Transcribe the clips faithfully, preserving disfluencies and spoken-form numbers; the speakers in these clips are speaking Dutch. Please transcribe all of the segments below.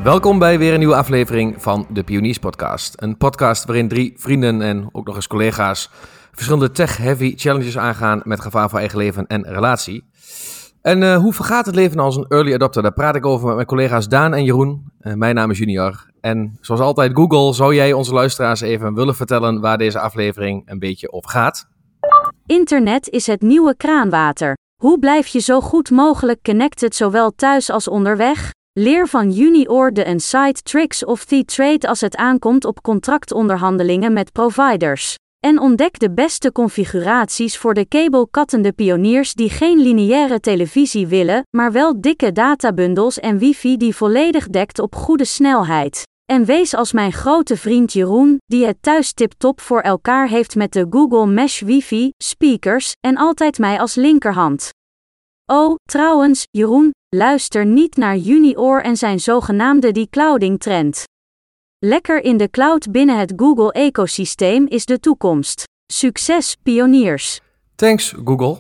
Welkom bij weer een nieuwe aflevering van de Pioniers Podcast. Een podcast waarin drie vrienden en ook nog eens collega's verschillende tech-heavy challenges aangaan met gevaar voor eigen leven en relatie. En uh, hoe vergaat het leven als een early adopter? Daar praat ik over met mijn collega's Daan en Jeroen. Uh, mijn naam is Junior. En zoals altijd Google, zou jij onze luisteraars even willen vertellen waar deze aflevering een beetje over gaat? Internet is het nieuwe kraanwater. Hoe blijf je zo goed mogelijk connected zowel thuis als onderweg? Leer van Junior de Inside Tricks of the Trade als het aankomt op contractonderhandelingen met providers. En ontdek de beste configuraties voor de kabelkattende pioniers die geen lineaire televisie willen, maar wel dikke databundels en wifi die volledig dekt op goede snelheid. En wees als mijn grote vriend Jeroen, die het thuis tip-top voor elkaar heeft met de Google Mesh wifi, speakers en altijd mij als linkerhand. Oh, trouwens, Jeroen, luister niet naar Junior en zijn zogenaamde declouding trend. Lekker in de cloud binnen het Google-ecosysteem is de toekomst. Succes, pioniers! Thanks, Google.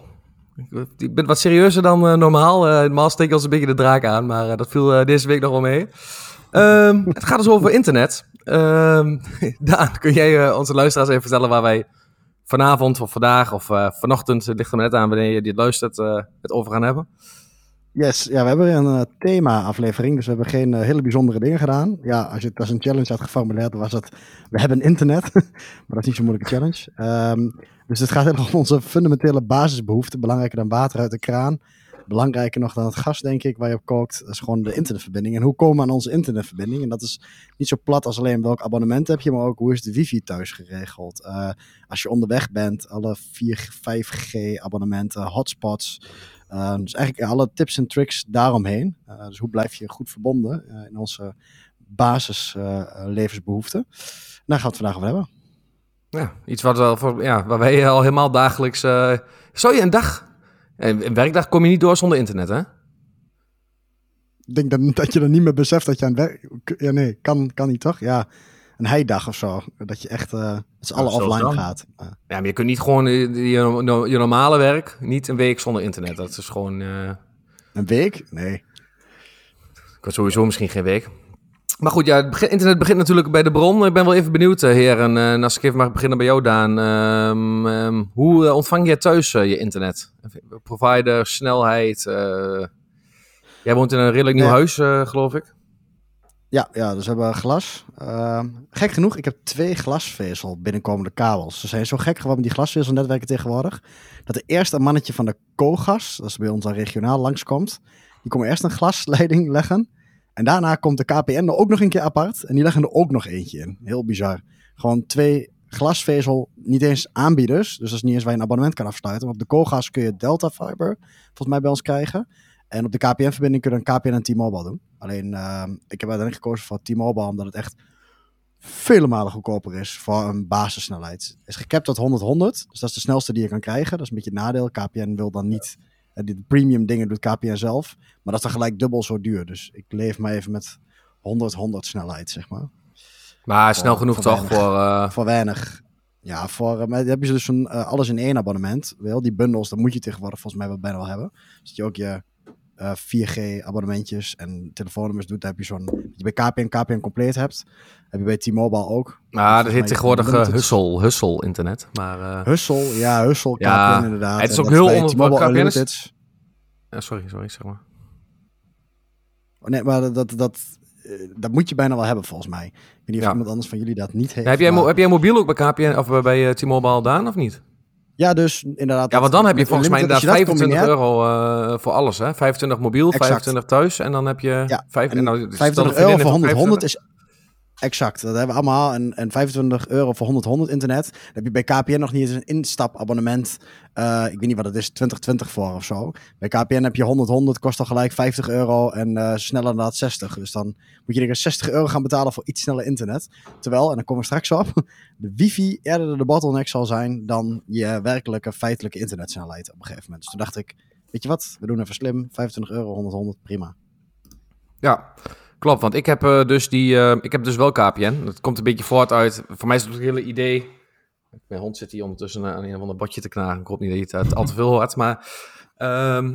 Ik ben wat serieuzer dan uh, normaal. Uh, normaal steek je ons een beetje de draak aan, maar uh, dat viel uh, deze week nog wel mee. Um, het gaat dus over internet. Um, Daan, kun jij uh, onze luisteraars even vertellen waar wij vanavond of vandaag of uh, vanochtend, het ligt er maar net aan wanneer je dit luistert, uh, het over gaan hebben? Yes, ja, we hebben een uh, thema-aflevering, dus we hebben geen uh, hele bijzondere dingen gedaan. Ja, als je het als een challenge had geformuleerd, dan was het, we hebben internet, maar dat is niet zo'n moeilijke challenge. Um, dus het gaat helemaal om onze fundamentele basisbehoeften, belangrijker dan water uit de kraan. Belangrijker nog dan het gas, denk ik, waar je op kookt, dat is gewoon de internetverbinding. En hoe komen we aan onze internetverbinding? En dat is niet zo plat als alleen welk abonnement heb je, maar ook hoe is de wifi thuis geregeld. Uh, als je onderweg bent, alle vier, vijf G abonnementen, hotspots. Uh, dus eigenlijk alle tips en tricks daaromheen. Uh, dus hoe blijf je goed verbonden uh, in onze basis uh, levensbehoeften. Daar gaan we het vandaag over hebben. Ja, iets wat wel voor, ja, waar wij al helemaal dagelijks... Uh, zou je een dag... Een werkdag kom je niet door zonder internet, hè? Ik denk dat, dat je dan niet meer beseft dat je aan het werk... Ja, nee, kan, kan niet, toch? Ja, een heidag of zo. Dat je echt... Uh, dat alle ja, offline dan gaat. Uh. Ja, maar je kunt niet gewoon je, je, je normale werk... niet een week zonder internet. Dat is gewoon... Uh... Een week? Nee. Ik had sowieso misschien geen week. Maar goed, ja, het begin, internet begint natuurlijk bij de bron. Ik ben wel even benieuwd, heren. En als ik even mag beginnen bij jou, Daan. Um, um, hoe uh, ontvang je thuis uh, je internet? Provider, snelheid. Uh... Jij woont in een redelijk nieuw nee. huis, uh, geloof ik. Ja, ja, dus we hebben glas. Uh, gek genoeg, ik heb twee glasvezel binnenkomende kabels. Ze zijn zo gek geworden met die glasvezelnetwerken tegenwoordig, dat er eerst een mannetje van de Cogas, dat is bij ons al regionaal, langskomt. Die komen eerst een glasleiding leggen. En daarna komt de K P N er ook nog een keer apart. En die leggen er ook nog eentje in. Heel bizar. Gewoon twee glasvezel, niet eens aanbieders. Dus dat is niet eens waar je een abonnement kan afsluiten. Maar op de Cogas kun je Delta Fiber volgens mij bij ons krijgen. En op de K P N-verbinding kun je dan K P N en T-Mobile doen. Alleen, uh, ik heb uiteindelijk gekozen voor T-Mobile, omdat het echt vele malen goedkoper is voor een basissnelheid. Het is gecapt tot honderd honderd. Dus dat is de snelste die je kan krijgen. Dat is een beetje een nadeel. K P N wil dan niet... Die premium dingen doet K P N zelf. Maar dat is dan gelijk dubbel zo duur. Dus ik leef maar even met honderd honderd snelheid, zeg maar. Maar voor, snel genoeg voor toch weinig, voor... Uh... Voor weinig. Ja, voor, uh, maar dan heb je dus een uh, alles in één abonnement. Wel, die bundles, dat moet je tegenwoordig volgens mij wel bijna wel hebben. Dus dat je ook je uh, vier G abonnementjes en telefoonnummers doet. Dan heb je zo'n... Dat je bij K P N K P N compleet hebt. Heb je bij T-Mobile ook. Ah, dat heet tegenwoordig uh, Hussel, Hussel internet. Maar, uh... Hussel, ja, Hussel, K P N ja, inderdaad. Het is ook heel onder... K P N is... Ja, sorry, sorry, zeg maar. Oh, nee, maar dat, dat, dat, dat moet je bijna wel hebben, volgens mij. Ik weet niet of ja. iemand anders van jullie dat niet heeft. Ja, heb, jij maar... mo- heb jij mobiel ook bij K P N of bij uh, T-Mobile Daan, of niet? Ja, dus inderdaad... Ja, want dan heb je volgens mij inderdaad vijfentwintig combineert... euro uh, voor alles, hè? vijfentwintig mobiel, exact. vijfentwintig thuis en dan heb je... Ja, vijf, en nou, vijfentwintig euro voor honderd honderd is... Exact, dat hebben we allemaal. En, en vijfentwintig euro voor honderd honderd internet. Dan heb je bij K P N nog niet eens een instapabonnement. Uh, ik weet niet wat het is, twintig twintig voor of zo. Bij K P N heb je honderd honderd, kost al gelijk vijftig euro en uh, sneller dan dat zestig. Dus dan moet je denk ik zestig euro gaan betalen voor iets sneller internet. Terwijl, en dan komen we straks op, de wifi eerder de bottleneck zal zijn dan je werkelijke feitelijke internetsnelheid op een gegeven moment. Dus toen dacht ik, weet je wat, we doen even slim, vijfentwintig euro, honderd honderd, prima. Ja, klopt, want ik heb uh, dus die, uh, ik heb dus wel K P N. Dat komt een beetje voort uit, voor mij is het het hele idee. Mijn hond zit hier ondertussen aan een of ander botje te knagen. Ik hoop niet dat je het al te veel hoort, maar um,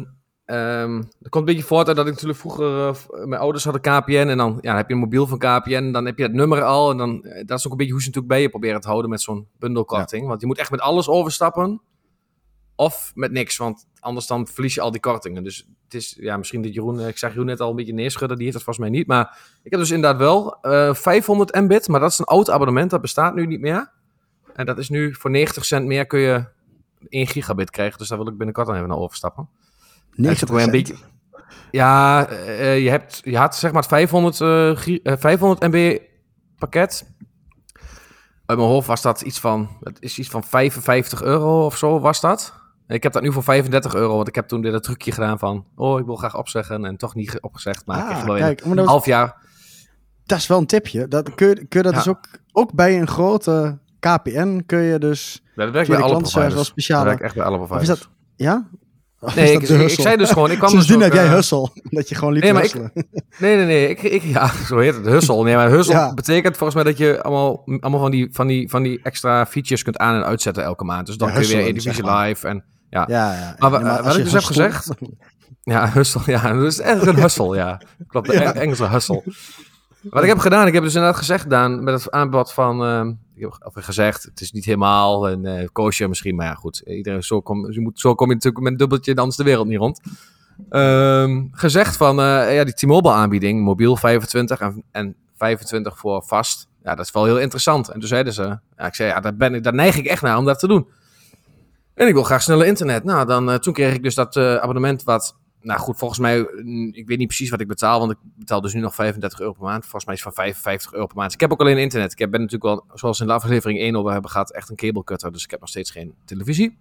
Um, dat komt een beetje voort uit dat ik natuurlijk vroeger... Uh, mijn ouders hadden K P N en dan, ja, dan heb je een mobiel van K P N. Dan heb je het nummer al en dan... Uh, dat is ook een beetje hoe ze natuurlijk bij je proberen te houden met zo'n bundelkorting. Ja. Want je moet echt met alles overstappen. Of met niks, want anders dan verlies je al die kortingen. Dus het is, ja, misschien dat Jeroen... Ik zag Jeroen net al een beetje neerschudden, die heeft het volgens mij niet. Maar ik heb dus inderdaad wel uh, vijfhonderd megabit, maar dat is een oud abonnement. Dat bestaat nu niet meer. En dat is nu voor negentig cent meer kun je één gigabit krijgen. Dus daar wil ik binnenkort dan even naar overstappen. negentig cent? Een beetje, ja, uh, je, hebt, je had zeg maar het vijfhonderd, uh, gi- uh, vijfhonderd megabit pakket. Uit mijn hoofd was dat iets van, het is iets van vijfenvijftig euro of zo was dat. Ik heb dat nu voor vijfendertig euro, want ik heb toen weer dat trucje gedaan van... Oh, ik wil graag opzeggen en toch niet opgezegd. Maar ah, ik wel kijk, een half jaar. Dat is wel een tipje. Dat, kun, je, kun je dat ja. dus ook, ook bij een grote K P N kun je dus... Ja, dat werkt bij alle providers. Speciale... Dat werkt echt bij alle providers. Of is dat... Ja? Of nee, ik, ik, ik zei dus gewoon... Ik kwam Sindsdien dus heb jij uh... hustle. Dat je gewoon liet nee, maar hustelen. Ik, nee, nee, nee. Ik, ik, ja, zo heet het. Hustle. Nee, maar hustle ja. betekent volgens mij dat je allemaal, allemaal van, die, van, die, van die extra features kunt aan- en uitzetten elke maand. Dus dan ja, kun je weer Eredivisie zeg maar. Live en... Ja, ja, ja. Maar, nee, maar wat ik dus heb gezegd... Ja, hustle. Ja, dat is echt een hustle, ja. Klopt, de ja. Engelse hustle. Wat ik heb gedaan, ik heb dus inderdaad gezegd gedaan met het aanbod van... Uh, ik heb of gezegd, het is niet helemaal een uh, koosje misschien, maar ja goed. Iedereen, zo, kom, je moet, zo kom je natuurlijk met een dubbeltje anders de wereld niet rond. Um, gezegd van, uh, ja, die T-Mobile aanbieding, mobiel vijfentwintig en, en vijfentwintig voor vast. Ja, dat is wel heel interessant. En toen zeiden ze, ja, ik zei, ja, daar, ben ik, daar neig ik echt naar om dat te doen. En ik wil graag sneller internet. Nou, dan, uh, toen kreeg ik dus dat uh, abonnement wat... Nou goed, volgens mij... Ik weet niet precies wat ik betaal, want ik betaal dus nu nog vijfendertig euro per maand. Volgens mij is het van vijfenvijftig euro per maand. Ik heb ook alleen internet. Ik ben natuurlijk wel, zoals in de aflevering één al we hebben gehad, echt een cablecutter. Dus ik heb nog steeds geen televisie.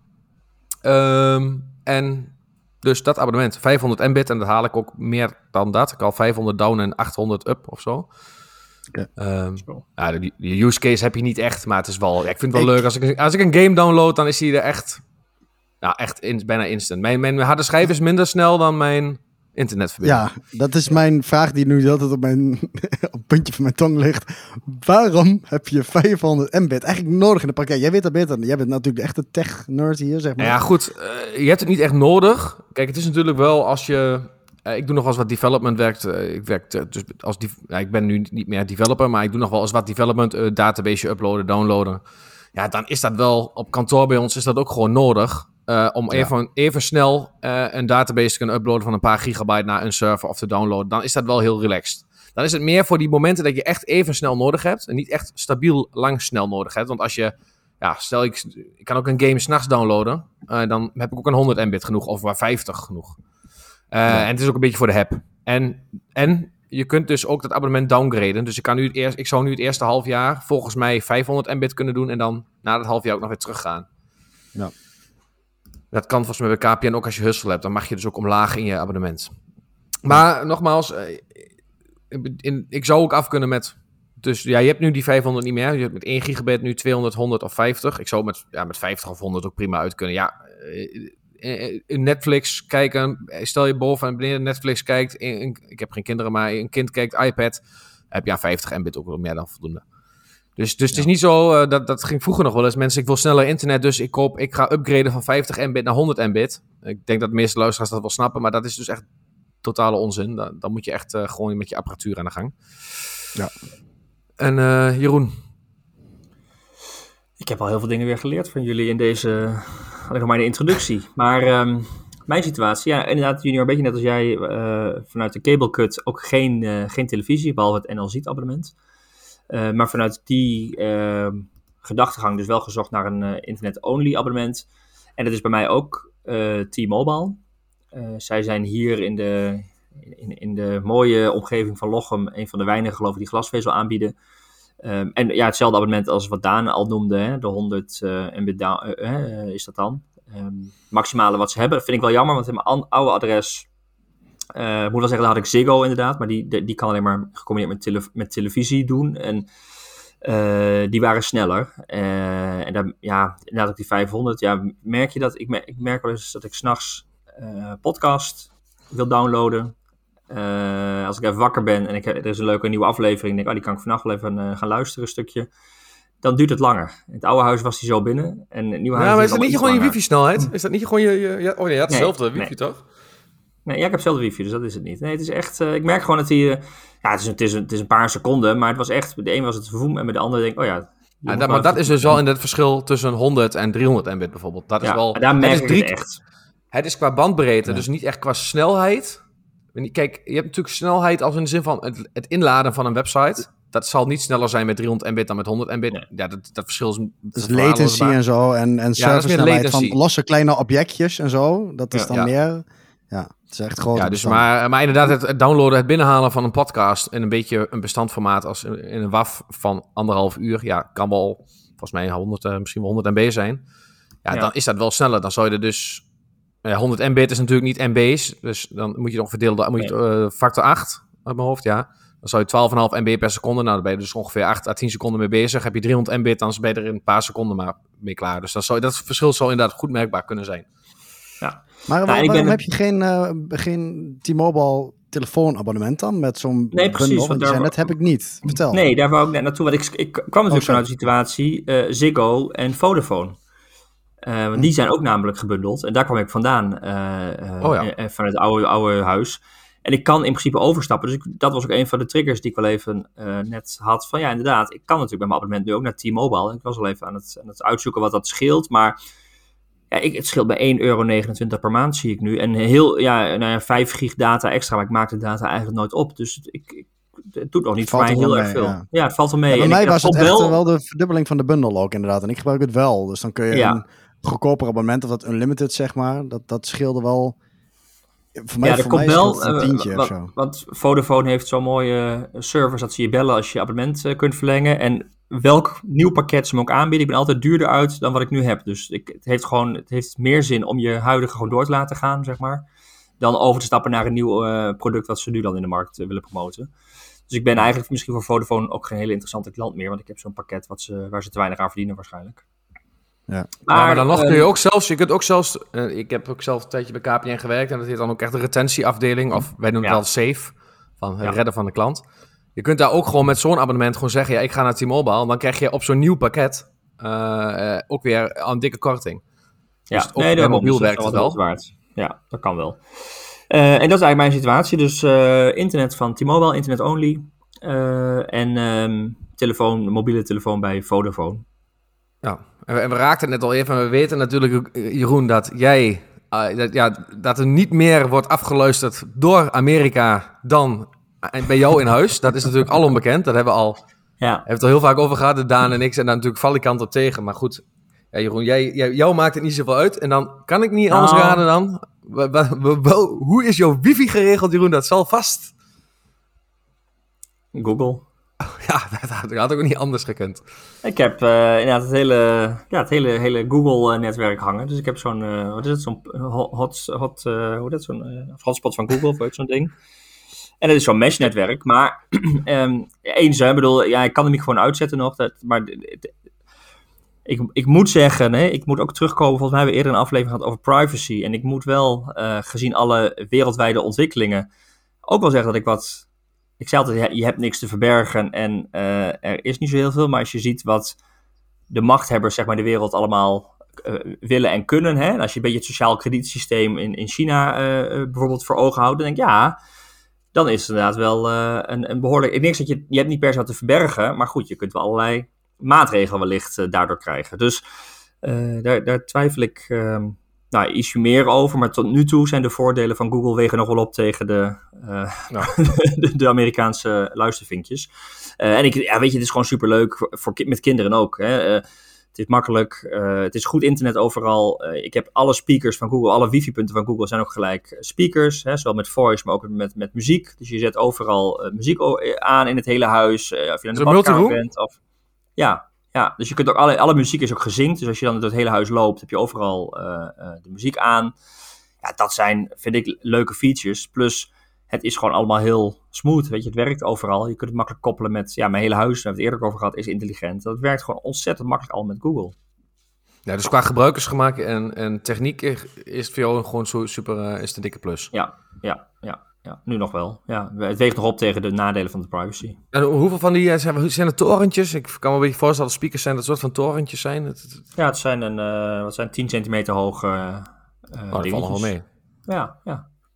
Um, en dus dat abonnement, vijfhonderd megabit. En dat haal ik ook meer dan dat. Ik haal vijfhonderd down en achthonderd up of zo. Okay. Um, ja, die, die use case heb je niet echt, maar het is wel... Ja, ik vind het wel ik... leuk. Als ik, als ik een game download, dan is die er echt... Nou, echt in, bijna instant. Mijn, mijn harde schijf is minder snel dan mijn internetverbinding. Ja, dat is mijn vraag die nu altijd op mijn op het puntje van mijn tong ligt. Waarom heb je vijfhonderd megabit eigenlijk nodig in de praktijk? Jij weet dat beter. Jij bent natuurlijk de echte tech-nerd hier, zeg maar. Ja, goed. Uh, je hebt het niet echt nodig. Kijk, het is natuurlijk wel als je... Uh, ik doe nog wel eens wat development werkt. Uh, ik werk uh, dus als... Die, uh, ik ben nu niet meer developer, maar ik doe nog wel eens wat development. Uh, database uploaden, downloaden. Ja, dan is dat wel... Op kantoor bij ons is dat ook gewoon nodig. Uh, om ja. even, even snel uh, een database te kunnen uploaden van een paar gigabyte naar een server of te downloaden. Dan is dat wel heel relaxed. Dan is het meer voor die momenten dat je echt even snel nodig hebt. En niet echt stabiel lang snel nodig hebt. Want als je, ja, stel ik, ik kan ook een game 's nachts downloaden. Uh, dan heb ik ook een honderd megabit genoeg of maar vijftig genoeg. Uh, ja. En het is ook een beetje voor de heb. En, en je kunt dus ook dat abonnement downgraden. Dus ik, kan nu het eerst, ik zou nu het eerste half jaar volgens mij vijfhonderd megabit kunnen doen. En dan na dat half jaar ook nog weer teruggaan. Ja. Dat kan volgens mij bij K P N ook als je hustle hebt. Dan mag je dus ook omlaag in je abonnement. Maar nogmaals, in, ik zou ook af kunnen met... Dus ja, je hebt nu die vijfhonderd niet meer. Je hebt met één gigabit nu tweehonderd, honderd of vijftig. Ik zou met, ja, met vijftig of honderd ook prima uit kunnen. Ja, in Netflix kijken. Stel je boven en beneden Netflix kijkt. In, in, ik heb geen kinderen, maar een kind kijkt iPad. Heb je ja, vijftig megabit ook wel meer dan voldoende. Dus, dus het is niet zo, uh, dat, dat ging vroeger nog wel eens. Mensen, ik wil sneller internet, dus ik koop, ik ga upgraden van vijftig megabit naar honderd megabit. Ik denk dat de meeste luisteraars dat wel snappen, maar dat is dus echt totale onzin. Dan, dan moet je echt uh, gewoon met je apparatuur aan de gang. Ja. En uh, Jeroen? Ik heb al heel veel dingen weer geleerd van jullie in deze, alleen nog maar in de introductie. Maar um, mijn situatie, ja, inderdaad, Junior, een beetje net als jij, uh, vanuit de cable cut ook geen, uh, geen televisie, behalve het N L Z-abonnement. Uh, maar vanuit die uh, gedachtegang dus wel gezocht naar een uh, internet-only abonnement. En dat is bij mij ook uh, T-Mobile. Uh, zij zijn hier in de, in, in de mooie omgeving van Lochem een van de weinigen, geloof ik, die glasvezel aanbieden. Um, en ja, hetzelfde abonnement als wat Daan al noemde, hè, de honderd megabit uh, uh, uh, is dat dan. Um, maximale wat ze hebben, dat vind ik wel jammer, want in mijn an- oude adres... Uh, ik moet wel zeggen, daar had ik Ziggo inderdaad, maar die, die, die kan alleen maar gecombineerd met, tele, met televisie doen. En uh, die waren sneller. Uh, en dan, ja, inderdaad ook die vijfhonderd. Ja, merk je dat? Ik merk, ik merk wel eens dat ik 's nachts uh, podcast wil downloaden. Uh, als ik even wakker ben en ik, er is een leuke nieuwe aflevering, denk ik, oh, die kan ik vannacht wel even uh, gaan luisteren een stukje. Dan duurt het langer. In het oude huis was hij zo binnen. En het nieuwe huis ja, maar is dat dat niet gewoon je wifi-snelheid? Is dat niet gewoon je... je, je oh nee, je had hetzelfde nee, wifi, nee. toch? Nee, ja, ik heb zelf wifi, dus dat is het niet. Nee, het is echt... Uh, ik merk gewoon dat hij... Uh, ja, het is, het, is een, het is een paar seconden, maar het was echt... De een was het voem en bij de andere denk ik... Oh ja... ja dat, maar dat is dus wel in het verschil tussen honderd en driehonderd mbit bijvoorbeeld. Dat ja, is wel... daar merk het is drie, ik het echt. Het is qua bandbreedte, ja. dus niet echt qua snelheid. Kijk, je hebt natuurlijk snelheid als in de zin van het, het inladen van een website. Dat zal niet sneller zijn met driehonderd mbit dan met honderd mbit. Nee. Ja, dat, dat verschil is... Dus latency en zo en, en serversnelheid ja, van losse kleine objectjes en zo. Dat is ja, dan ja. meer... Ja, het is echt groot. Ja, dus maar, maar inderdaad, het, het downloaden, het binnenhalen van een podcast in een beetje een bestandformaat als in, in een W A V van anderhalf uur, ja, kan wel volgens mij honderd, uh, misschien wel honderd MB zijn. Ja, ja, dan is dat wel sneller. Dan zou je er dus... Uh, honderd mbit is natuurlijk niet M B's, dus dan moet je nog verdelen, dan moet je uh, factor acht uit mijn hoofd, ja. Dan zou je twaalf komma vijf MB per seconde, nou dan ben je dus ongeveer acht à tien seconden mee bezig. Heb je driehonderd mbit, dan ben je er in een paar seconden maar mee klaar. Dus dan zou, dat verschil zal inderdaad goed merkbaar kunnen zijn. Ja. Maar waar, nou, waarom ben... heb je geen, uh, geen T-Mobile telefoonabonnement dan? Met zo'n nee, precies, bundle? Want daar... net heb ik niet. Vertel. Nee, daar wou ik net naartoe. Want ik, ik kwam natuurlijk oh, vanuit de situatie uh, Ziggo en Vodafone. Uh, want hm. die zijn ook namelijk gebundeld. En daar kwam ik vandaan. Uh, uh, oh, ja. uh, vanuit het oude, oude huis. En ik kan in principe overstappen. Dus ik, dat was ook een van de triggers die ik wel even uh, net had. Van ja, inderdaad. Ik kan natuurlijk bij mijn abonnement nu ook naar T-Mobile. Ik was al even aan het, aan het uitzoeken wat dat scheelt. Maar... Ja, ik, het scheelt bij één euro negenentwintig per maand, zie ik nu. En heel, ja, nou ja, vijf gig data extra, maar ik maak de data eigenlijk nooit op. Dus ik, ik, het doet nog niet voor mij heel erg veel. Ja. ja, het valt wel mee. Ja, bij en mij ik, was het echt wel... wel de verdubbeling van de bundle ook inderdaad. En ik gebruik het wel. Dus dan kun je ja. een goedkoper abonnement, of dat unlimited zeg maar, dat, dat scheelde wel... Voor mij, ja, dat voor komt mij wel, een tientje uh, of zo. Want Vodafone heeft zo'n mooie service dat ze je bellen als je abonnement uh, kunt verlengen. En welk nieuw pakket ze me ook aanbieden, ik ben altijd duurder uit dan wat ik nu heb. Dus ik, het heeft gewoon, het heeft meer zin om je huidige gewoon door te laten gaan, zeg maar. Dan over te stappen naar een nieuw uh, product wat ze nu dan in de markt uh, willen promoten. Dus ik ben eigenlijk misschien voor Vodafone ook geen hele interessante klant meer. Want ik heb zo'n pakket wat ze, waar ze te weinig aan verdienen waarschijnlijk. Ja. Maar, ja, maar dan nog kun je ook zelfs, je kunt ook zelfs, uh, ik heb ook zelf een tijdje bij K P N gewerkt en dat heet dan ook echt de retentieafdeling, of wij noemen het ja. wel safe, van het ja. redden van de klant. Je kunt daar ook gewoon met zo'n abonnement gewoon zeggen, ja, ik ga naar T-Mobile, dan krijg je op zo'n nieuw pakket uh, uh, ook weer een dikke korting. Ja, dus ook nee, bij mobiel werkt het wel. Waard. Ja, dat kan wel. Uh, en dat is eigenlijk mijn situatie, dus uh, internet van T-Mobile, internet only, uh, en um, telefoon, mobiele telefoon bij Vodafone. Ja, en we, en we raakten het net al even. We weten natuurlijk, Jeroen, dat jij... Uh, dat, ja, dat er niet meer wordt afgeluisterd door Amerika dan bij jou in huis. Dat is natuurlijk al onbekend. Dat hebben we al, ja. hebben het al heel vaak over gehad. De Daan en ik zijn daar natuurlijk valikant op tegen. Maar goed, ja, Jeroen, jij, jij, jou maakt het niet zoveel uit. En dan kan ik niet anders oh. raden dan... W- w- w- hoe is jouw wifi geregeld, Jeroen? Dat zal vast... Google. Ja, dat had, dat had ook niet anders gekund. Ik heb uh, inderdaad het hele, ja, het hele, hele Google-netwerk hangen. Dus ik heb zo'n, uh, wat is het, zo'n hot, hot, uh, hoe dat, zo'n uh, hotspot van Google, of zo'n ding. En dat is zo'n mesh-netwerk. Maar um, eens, ik bedoel, ja, ik kan de microfoon uitzetten nog. Dat, maar het, ik, ik moet zeggen, nee, ik moet ook terugkomen. Volgens mij hebben we eerder een aflevering gehad over privacy. En ik moet wel, uh, gezien alle wereldwijde ontwikkelingen, ook wel zeggen dat ik wat... Ik zei altijd, je hebt niks te verbergen en uh, er is niet zo heel veel. Maar als je ziet wat de machthebbers zeg maar, in de wereld allemaal uh, willen en kunnen. Hè? En als je een beetje het sociaal kredietsysteem in, in China uh, bijvoorbeeld voor ogen houdt. Dan denk ik, ja, dan is het inderdaad wel uh, een, een behoorlijk... Ik denk dat je, je hebt niet per se wat te verbergen. Maar goed, je kunt wel allerlei maatregelen wellicht uh, daardoor krijgen. Dus uh, daar, daar twijfel ik... Uh, Nou, ietsje meer over, maar tot nu toe zijn de voordelen van Google wegen nog wel op tegen de, uh, ja. de, de Amerikaanse luistervinkjes. Uh, en ik, ja, weet je, het is gewoon superleuk voor, voor ki- met kinderen ook. Hè. Uh, het is makkelijk, uh, het is goed internet overal. Uh, ik heb alle speakers van Google, alle wifi-punten van Google zijn ook gelijk speakers. Hè, zowel met voice, maar ook met, met muziek. Dus je zet overal uh, muziek aan in het hele huis. Uh, of je aan de badkamer bent. Of, ja. Ja, dus je kunt ook alle, alle muziek is ook gezinkt. Dus als je dan door het hele huis loopt, heb je overal uh, uh, de muziek aan. Ja, dat zijn, vind ik, leuke features. Plus, het is gewoon allemaal heel smooth. Weet je, het werkt overal. Je kunt het makkelijk koppelen met, ja, mijn hele huis, daar hebben we het eerder over gehad, is intelligent. Dat werkt gewoon ontzettend makkelijk al met Google. Ja, dus qua gebruikersgemak en, en techniek is het voor jou gewoon zo super, uh, is het een dikke plus. Ja, ja, ja. Ja, nu nog wel. Ja, het weegt nog op tegen de nadelen van de privacy. En hoeveel van die zijn, zijn er torentjes? Ik kan me een beetje voorstellen dat speakers zijn dat soort van torentjes zijn. Het, het... Ja, het zijn een uh, wat zijn tien centimeter hoge uh, oh, dat valt nog wel mee. Ja, ja.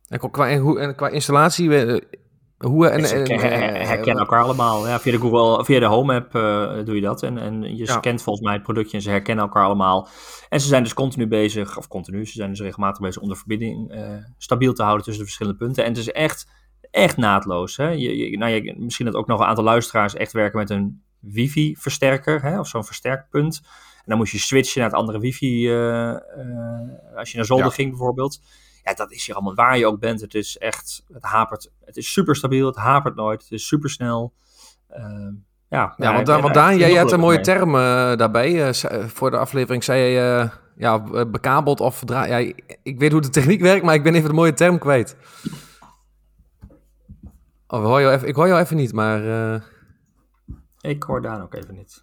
En qua, en hoe, en qua installatie, uh, hoe... En, Ze en, herkennen, uh, herkennen elkaar allemaal. Ja, via de Google, via de Home app uh, doe je dat. En, en je Ja. scant volgens mij het productje en ze herkennen elkaar allemaal. En ze zijn dus continu bezig, of continu, ze zijn dus regelmatig bezig om de verbinding uh, stabiel te houden tussen de verschillende punten. En het is echt, echt naadloos. Hè? Je, je, nou, je, misschien dat ook nog een aantal luisteraars echt werken met een wifi-versterker, hè? Of zo'n versterkpunt. En dan moet je switchen naar het andere wifi, uh, uh, als je naar zolder Ja. ging bijvoorbeeld. Ja, dat is hier allemaal waar je ook bent. Het is echt, het hapert. Het is super stabiel, het hapert nooit. Het is super snel. Uh, ja, Ja, want, Daan, want Daan, jij had een mooie term uh, daarbij. Uh, voor de aflevering zei je uh, ja, bekabeld of... Dra- ja, ik weet hoe de techniek werkt, maar ik ben even de mooie term kwijt. Oh, hoor jou even, ik hoor jou even niet, maar... Uh... Ik hoor Daan ook even niet.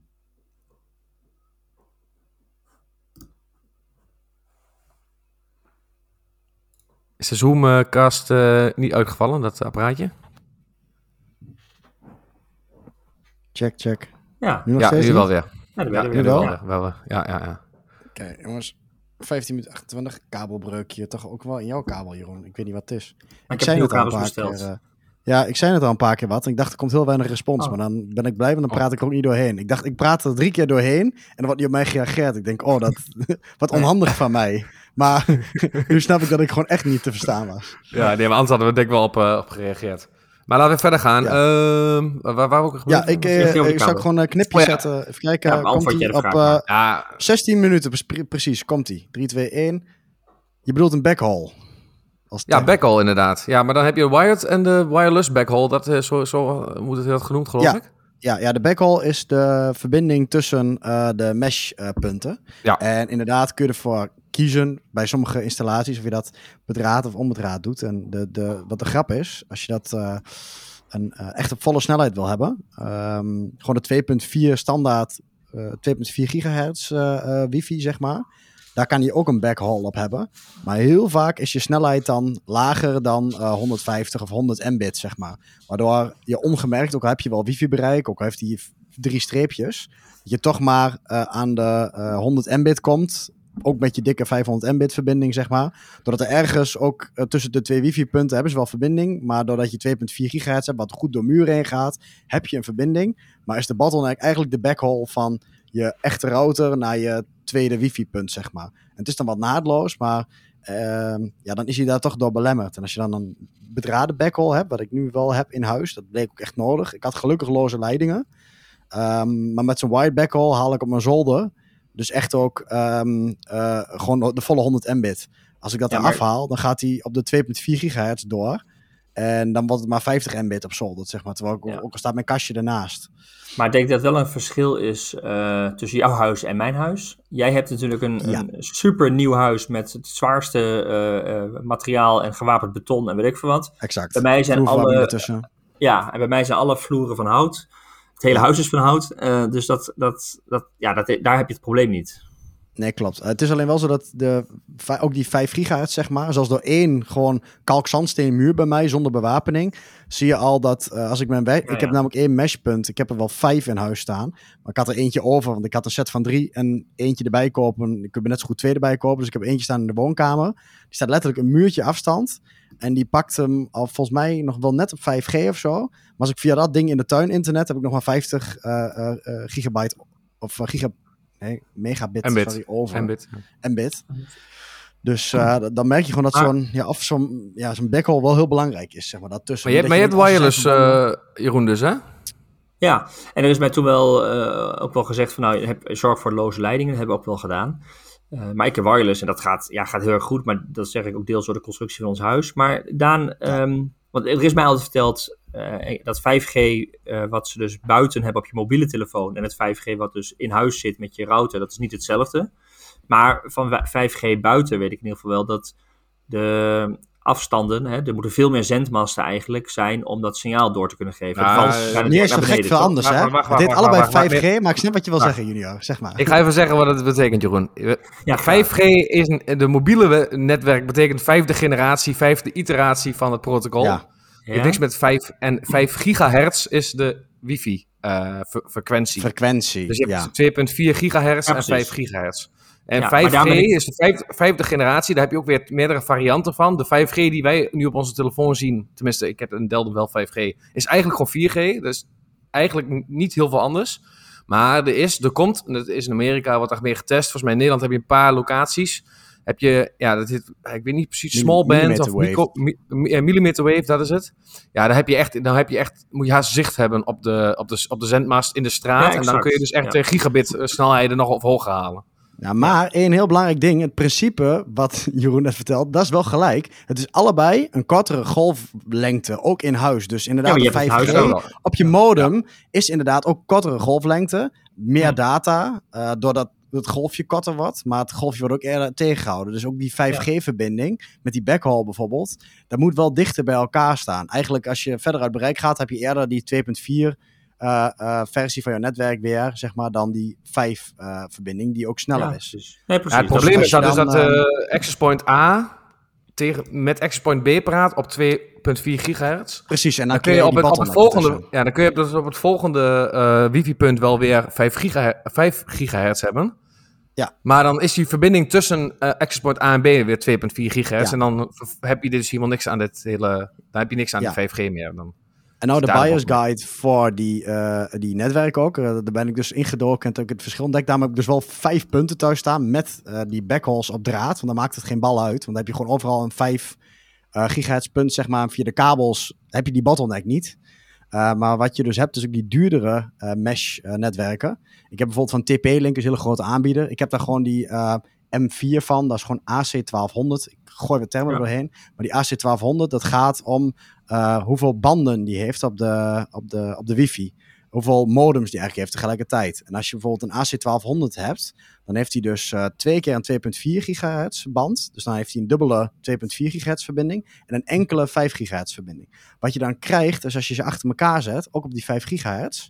Is de Zoomcast uh, niet uitgevallen, dat apparaatje? Check, check. Ja, nu, nog ja, steeds nu niet? wel weer. ja, Ja, nu nu wel? wel. wel, wel. Ja, ja, ja. Oké, okay, jongens. vijftien minuten achtentwintig, kabelbreukje. Toch ook wel in jouw kabel, Jeroen. Ik weet niet wat het is. ik heb nieuwe kabels besteld. Keer, uh, ja, ik zei het al een paar keer wat. En ik dacht, er komt heel weinig respons. Oh. Maar dan ben ik blij, want dan praat ik er ook niet doorheen. Ik dacht, ik praat er drie keer doorheen. En dan wordt niet op mij gereageerd. Ik denk, oh, dat wat onhandig van mij. Maar nu snap ik dat ik gewoon echt niet te verstaan was. Ja, nee, maar anders hadden we denk ik wel op, uh, op gereageerd. Maar laten we verder gaan. Ja, uh, waar, waar we ook ja ik, uh, ik zou gewoon een knipje oh, ja. zetten. Even kijken. Ja, komt ie op uh, ja. zestien minuten pre- precies. Komt ie. drie, twee, één. Je bedoelt een backhaul. Ja, backhaul inderdaad. Ja, maar dan heb je de wired en de wireless backhaul. Dat, uh, zo, zo moet het heel genoemd, geloof ja. ik. Ja, ja, de backhaul is de verbinding tussen uh, de mesh-punten. Uh, ja. En inderdaad kun je ervoor kiezen bij sommige installaties of je dat bedraad of onbedraad doet. En de, de, wat de grap is, als je dat uh, een, uh, echt op volle snelheid wil hebben, um, gewoon de twee komma vier standaard, uh, twee komma vier gigahertz uh, uh, wifi, zeg maar. Daar kan je ook een backhaul op hebben. Maar heel vaak is je snelheid dan lager dan uh, honderdvijftig of honderd mbit, zeg maar. Waardoor je ongemerkt, ook al heb je wel wifi-bereik, ook al heeft hij drie streepjes, dat je toch maar uh, aan de uh, honderd mbit komt. Ook met je dikke vijfhonderd mbit verbinding, zeg maar. Doordat er ergens ook uh, tussen de twee wifi-punten hebben ze wel verbinding. Maar doordat je twee komma vier gigahertz hebt, wat goed door muren heen gaat, heb je een verbinding. Maar is de bottleneck eigenlijk de backhaul van je echte router naar je tweede wifi-punt, zeg maar. En het is dan wat naadloos, maar uh, ja, dan is hij daar toch door belemmerd. En als je dan een bedraden backhaul hebt, wat ik nu wel heb in huis, dat bleek ook echt nodig. Ik had gelukkig loze leidingen. Um, maar met zo'n wide backhaul haal ik op mijn zolder dus echt ook um, uh, gewoon de volle honderd mbit. Als ik dat ja, er maar... afhaal, dan gaat hij op de twee komma vier gigahertz door. En dan wordt het maar vijftig mbit op zolder, zeg maar. Terwijl ik, ja. ook al staat mijn kastje ernaast. Maar ik denk dat wel een verschil is uh, tussen jouw huis en mijn huis. Jij hebt natuurlijk een, ja. een super nieuw huis met het zwaarste uh, uh, materiaal en gewapend beton en weet ik veel wat. Exact. Bij mij zijn alle, ertussen. Ja, en bij mij zijn alle vloeren van hout. Het hele huis is van hout. Uh, dus dat, dat, dat, ja, dat, daar heb je het probleem niet. Nee, klopt. Uh, het is alleen wel zo dat de, ook die vijf gigahertz, zeg maar, zelfs door één gewoon kalkzandsteen muur bij mij zonder bewapening, zie je al dat uh, als ik mijn weg... Ja, ik heb ja. namelijk één meshpunt. Ik heb er wel vijf in huis staan. Maar ik had er eentje over, want ik had een set van drie en eentje erbij kopen. Ik heb net zo goed twee erbij kopen, dus ik heb eentje staan in de woonkamer. Die staat letterlijk een muurtje afstand. En die pakt hem al volgens mij nog wel net op vijf G of zo. Maar als ik via dat ding in de tuin internet, heb ik nog maar vijftig uh, uh, uh, gigabyte of uh, gigabyte. Nee, megabit, Mbit. sorry, over. Mbit. Mbit. Dus uh, dan merk je gewoon dat ah. zo'n, ja, of zo'n, ja, zo'n backhaul wel heel belangrijk is, zeg maar. Dat tussen, maar je, maar je hebt wireless, uh, Jeroen, dus, hè? Ja, en er is mij toen wel uh, ook wel gezegd van, nou, heb, zorg voor loze leidingen. Dat hebben we ook wel gedaan. Uh, maar ik heb wireless en dat gaat, ja, gaat heel erg goed. Maar dat zeg ik ook deels door de constructie van ons huis. Maar Daan, um, want er is mij altijd verteld uh, dat vijf G, uh, wat ze dus buiten hebben op je mobiele telefoon, en het vijf G wat dus in huis zit met je router, dat is niet hetzelfde. Maar van vijf G buiten weet ik in ieder geval wel dat de afstanden, hè, er moeten veel meer zendmasten eigenlijk zijn om dat signaal door te kunnen geven. Ja, uh, niet eens zo gek veel anders, hè? Het heet allebei vijf G, maar ik snap wat je wil wacht. zeggen, Junior. Zeg maar. Ik ga even zeggen wat het betekent, Jeroen. Ja, vijf G is een, de mobiele netwerk betekent vijfde generatie, vijfde iteratie van het protocol. Ja. Ja. Niks met vijf en vijf gigahertz is de wifi uh, fre- frequentie. Frequentie, Dus je hebt ja. twee komma vier gigahertz ja, en vijf gigahertz. En Ja, vijf G maar daar ben ik- is de vijfde, vijfde generatie. Daar heb je ook weer meerdere varianten van. De vijf G die wij nu op onze telefoon zien, tenminste, ik heb een Delta wel vijf G, is eigenlijk gewoon vier G. Dus eigenlijk n- niet heel veel anders. Maar er is, er komt, en dat is in Amerika, wordt echt meer getest. Volgens mij in Nederland heb je een paar locaties. Heb je, ja, dat heet, ik weet niet precies, Mil- small band of millimeter micro, mi, mi- eh, millimeter wave, dat is het. Ja, dan heb je echt, dan heb je echt, moet je haast zicht hebben op de, op de, op de zendmast in de straat. Ja, en dan exact. kun je dus echt Ja. eh, gigabit eh, snelheden nog op hoog halen. Ja, maar één heel belangrijk ding, het principe wat Jeroen net vertelt, dat is wel gelijk. Het is allebei een kortere golflengte, ook in huis. Dus Ja, inderdaad, maar je de hebt vijf het G huis wel. op je modem is inderdaad ook kortere golflengte. Meer Ja. data, eh, doordat het golfje korter wordt. Maar het golfje wordt ook eerder tegengehouden. Dus ook die vijf G-verbinding, met die backhaul bijvoorbeeld, dat moet wel dichter bij elkaar staan. Eigenlijk als je verder uit bereik gaat, heb je eerder die twee punt vier uh, uh, versie van je netwerk weer, zeg maar, dan die vijf uh, verbinding, die ook sneller Ja, is. precies. Nee, precies. Ja, het Dat probleem als is je dat, is dan, dat uh, Access Point A tegen, met Access Point B praat op twee komma vier gigahertz. Precies, en dan, Dan kun je op die het, op het bottleneck volgende, ertussen. ja, dan kun je dus op het volgende uh, wifi-punt wel weer vijf, giga, vijf gigahertz hebben. Ja. Maar dan is die verbinding tussen uh, Access Point A en B weer twee komma vier gigahertz. Ja. En dan v- heb je dus helemaal niks aan dit hele. Dan heb je niks aan Ja. die vijf G meer. Dan. En nou de Daar buyers nog guide voor die, uh, die netwerk ook. Uh, daar ben ik dus ingedoken en heb ik het verschil ontdekt. Daarom heb ik dus wel vijf punten thuis staan met uh, die backhauls op draad. Want dan maakt het geen bal uit. Want dan heb je gewoon overal een vijf uh, gigahertz punt, zeg maar. Via de kabels heb je die bottleneck niet. Uh, maar wat je dus hebt, is ook die duurdere uh, mesh uh, netwerken. Ik heb bijvoorbeeld van T P-Link, een hele grote aanbieder. Ik heb daar gewoon die uh, M vier van. Dat is gewoon A C twaalfhonderd. Ik gooi wat termen Ja. er doorheen. Maar die A C twaalfhonderd, dat gaat om uh, hoeveel banden die heeft op de, op, de, op de wifi. Hoeveel modems die eigenlijk heeft tegelijkertijd. En als je bijvoorbeeld een A C twaalfhonderd hebt, dan heeft hij dus uh, twee keer een twee komma vier gigahertz band. Dus dan heeft hij een dubbele twee komma vier gigahertz verbinding en een enkele vijf gigahertz verbinding. Wat je dan krijgt, is als je ze achter elkaar zet, ook op die vijf gigahertz,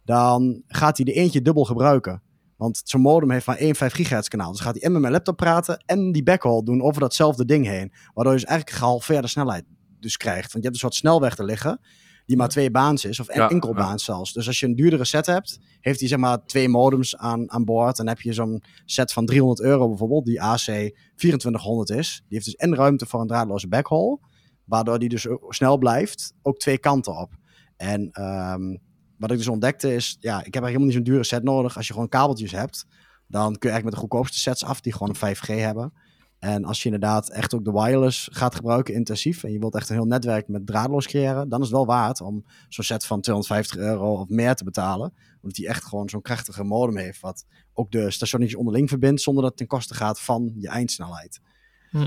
dan gaat hij de eentje dubbel gebruiken. Want zo'n modem heeft maar één vijf gigahertz kanaal. Dus gaat hij en met mijn laptop praten en die backhaul doen over datzelfde ding heen. Waardoor je dus eigenlijk gehalveerde snelheid dus krijgt. Want je hebt een soort snelweg te liggen die maar twee baans is, of Ja, enkel ja. baans zelfs. Dus als je een duurdere set hebt, heeft hij zeg maar twee modems aan, aan boord. Dan heb je zo'n set van driehonderd euro bijvoorbeeld, die A C vierentwintighonderd is. Die heeft dus en ruimte voor een draadloze backhaul, waardoor die dus ook snel blijft, ook twee kanten op. En um, wat ik dus ontdekte is, ja, ik heb eigenlijk helemaal niet zo'n dure set nodig. Als je gewoon kabeltjes hebt, dan kun je eigenlijk met de goedkoopste sets af, die gewoon een vijf G hebben. En als je inderdaad echt ook de wireless gaat gebruiken intensief en je wilt echt een heel netwerk met draadloos creëren, dan is het wel waard om zo'n set van tweehonderdvijftig euro of meer te betalen. Omdat die echt gewoon zo'n krachtige modem heeft, wat ook de stationnetjes onderling verbindt, zonder dat het ten koste gaat van je eindsnelheid. Hm.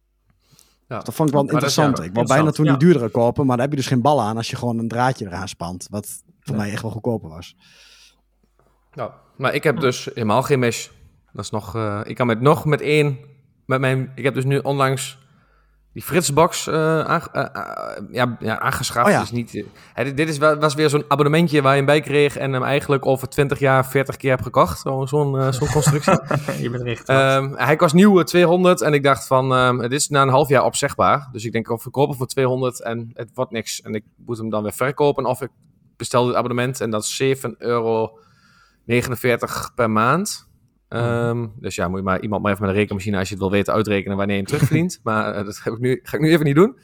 Ja. Dat vond ik wel Maar dat is, interessant. ja, ik wou bijna toen ja. die duurdere kopen, maar daar heb je dus geen bal aan als je gewoon een draadje eraan spant. Wat voor Ja. mij echt wel goedkoper was. Nou, maar ik heb dus helemaal geen mesh. Dat is nog. Uh, ik kan met nog met één. Met mijn, ik heb dus nu onlangs die Fritzbox uh, aange, uh, uh, ja, ja, aangeschaft. Oh ja. Dus niet, uh, dit dit is, was weer zo'n abonnementje waar je hem bij kreeg en hem eigenlijk over twintig jaar, veertig keer heb gekocht. Zo, zo'n uh, zo'n constructie. Je bent echt. um, hij kost nieuw uh, tweehonderd en ik dacht van, um, het is na een half jaar opzegbaar. Dus ik denk, of ik koop hem voor tweehonderd en het wordt niks. En ik moet hem dan weer verkopen of ik bestel dit abonnement en dat is zeven euro negenenveertig per maand. Um, dus ja, moet je maar iemand maar even met een rekenmachine als je het wil weten uitrekenen wanneer je hem terugverdient. maar uh, dat heb ik nu, ga ik nu even niet doen.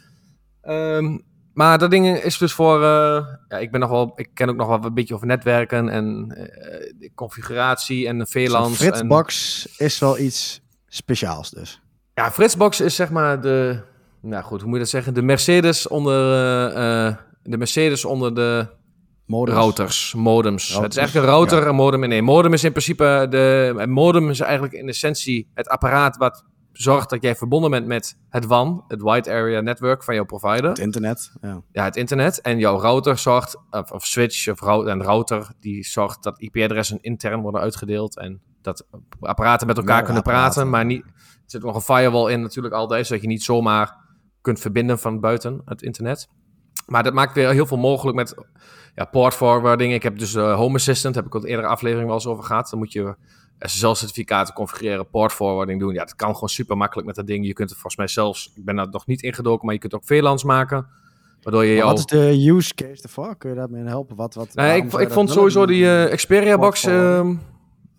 Um, maar dat ding is dus voor, uh, ja, ik ben nog wel, ik ken ook nog wel een beetje over netwerken en uh, de configuratie en de V LAN's. Zo'n Fritzbox en, is wel iets speciaals dus. Ja, Fritzbox is zeg maar de, nou goed, hoe moet je dat zeggen? De Mercedes onder, uh, uh, de Mercedes onder de Modems. routers, modems. Routers, Het is eigenlijk een router, ja. een modem. Nee, modem is in principe, de, een modem is eigenlijk in essentie het apparaat wat zorgt dat jij verbonden bent met het W A N, het Wide Area Network van jouw provider. Het internet, ja. Ja, het internet. En jouw router zorgt, of, of switch, of router, en router, die zorgt dat I P-adressen intern worden uitgedeeld en dat apparaten met elkaar Ja, kunnen apparaten. praten, maar niet, er zit nog een firewall in natuurlijk altijd, zodat je niet zomaar kunt verbinden van buiten het internet. Maar dat maakt weer heel veel mogelijk met ja, port forwarding. Ik heb dus uh, Home Assistant, daar heb ik al een eerdere aflevering wel eens over gehad. Dan moet je S S L-certificaten configureren, port forwarding doen. Ja, dat kan gewoon super makkelijk met dat ding. Je kunt het volgens mij zelfs, ik ben daar nog niet ingedoken, maar je kunt ook V LAN's maken. Waardoor je Maar jou... Wat is de use case ervoor? Kun je daarmee helpen? Wat, wat, Nee, waarom ik, zou je ik dat vond willen? sowieso die uh, Xperia box... Port forwarding. Uh,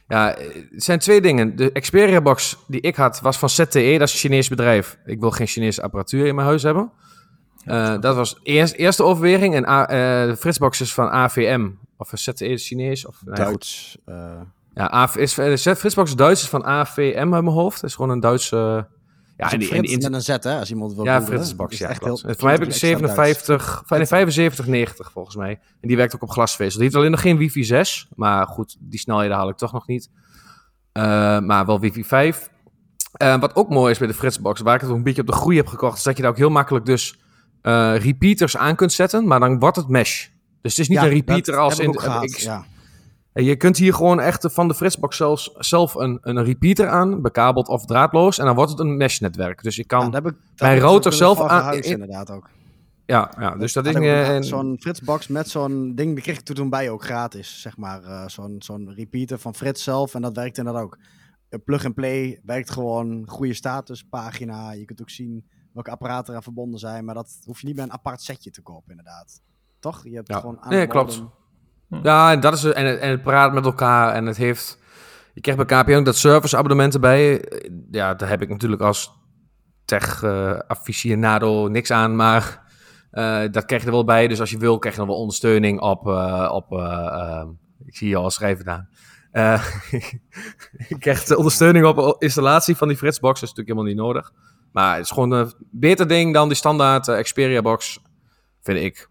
Ja, het zijn twee dingen. De Xperia box die ik had was van Z T E, dat is een Chinees bedrijf. Ik wil geen Chinese apparatuur in mijn huis hebben. Uh, dat was de eerst, eerste overweging. En uh, de Fritzbox is van A V M. Of Z T E is Chinees. Of, nou, Duits. Uh... Ja, A V, is, de Fritzbox is Duits, is van A V M uit mijn hoofd. Dat is gewoon een Duitse... Uh, ja, en die, Frits en die, met een Z, hè, als iemand wil. Ja, Fritzbox, ja. Heel, voor mij heb ik zevenenvijftig, vijfenzeventig negentig volgens mij. En die werkt ook op glasvezel. Die heeft alleen nog geen wifi zes. Maar goed, die snelheden haal ik toch nog niet. Uh, maar wel wifi vijf. Uh, wat ook mooi is bij de Fritzbox, waar ik het ook een beetje op de groei heb gekocht, is dat je daar ook heel makkelijk dus uh, repeaters aan kunt zetten, maar dan wordt het mesh. Dus het is niet ja, een repeater als in... Gehad, ik, ja. Je kunt hier gewoon echt van de Fritzbox zelfs, zelf een, een repeater aan, bekabeld of draadloos, en dan wordt het een mesh-netwerk. Dus ik kan ja, heb ik, mijn router zelf aan... Huis, inderdaad ook. Ja, ja, dus dat, dat is... Uh, een... Zo'n Fritzbox met zo'n ding, die kreeg ik toen bij ook gratis, zeg maar. Uh, zo'n, zo'n repeater van Frits zelf, en dat werkt inderdaad ook. Plug-and-play werkt gewoon, goede statuspagina. Je kunt ook zien welke apparaten eraan verbonden zijn. Maar dat hoef je niet bij een apart setje te kopen, inderdaad. Toch? Je hebt ja. gewoon aan nee, klopt. Hm. Ja, en dat is en het, en het praat met elkaar. En het heeft... Je krijgt bij K P N ook dat serviceabonnementen bij. Ja, daar heb ik natuurlijk als tech-aficionado uh, niks aan. Maar uh, dat krijg je er wel bij. Dus als je wil, krijg je dan wel ondersteuning op... Uh, op uh, uh, ik zie je al schrijven aan. Uh, ik krijg de ondersteuning op installatie van die Fritzbox. Dat is natuurlijk helemaal niet nodig. Maar het is gewoon een beter ding dan die standaard uh, Xperia box, vind ik.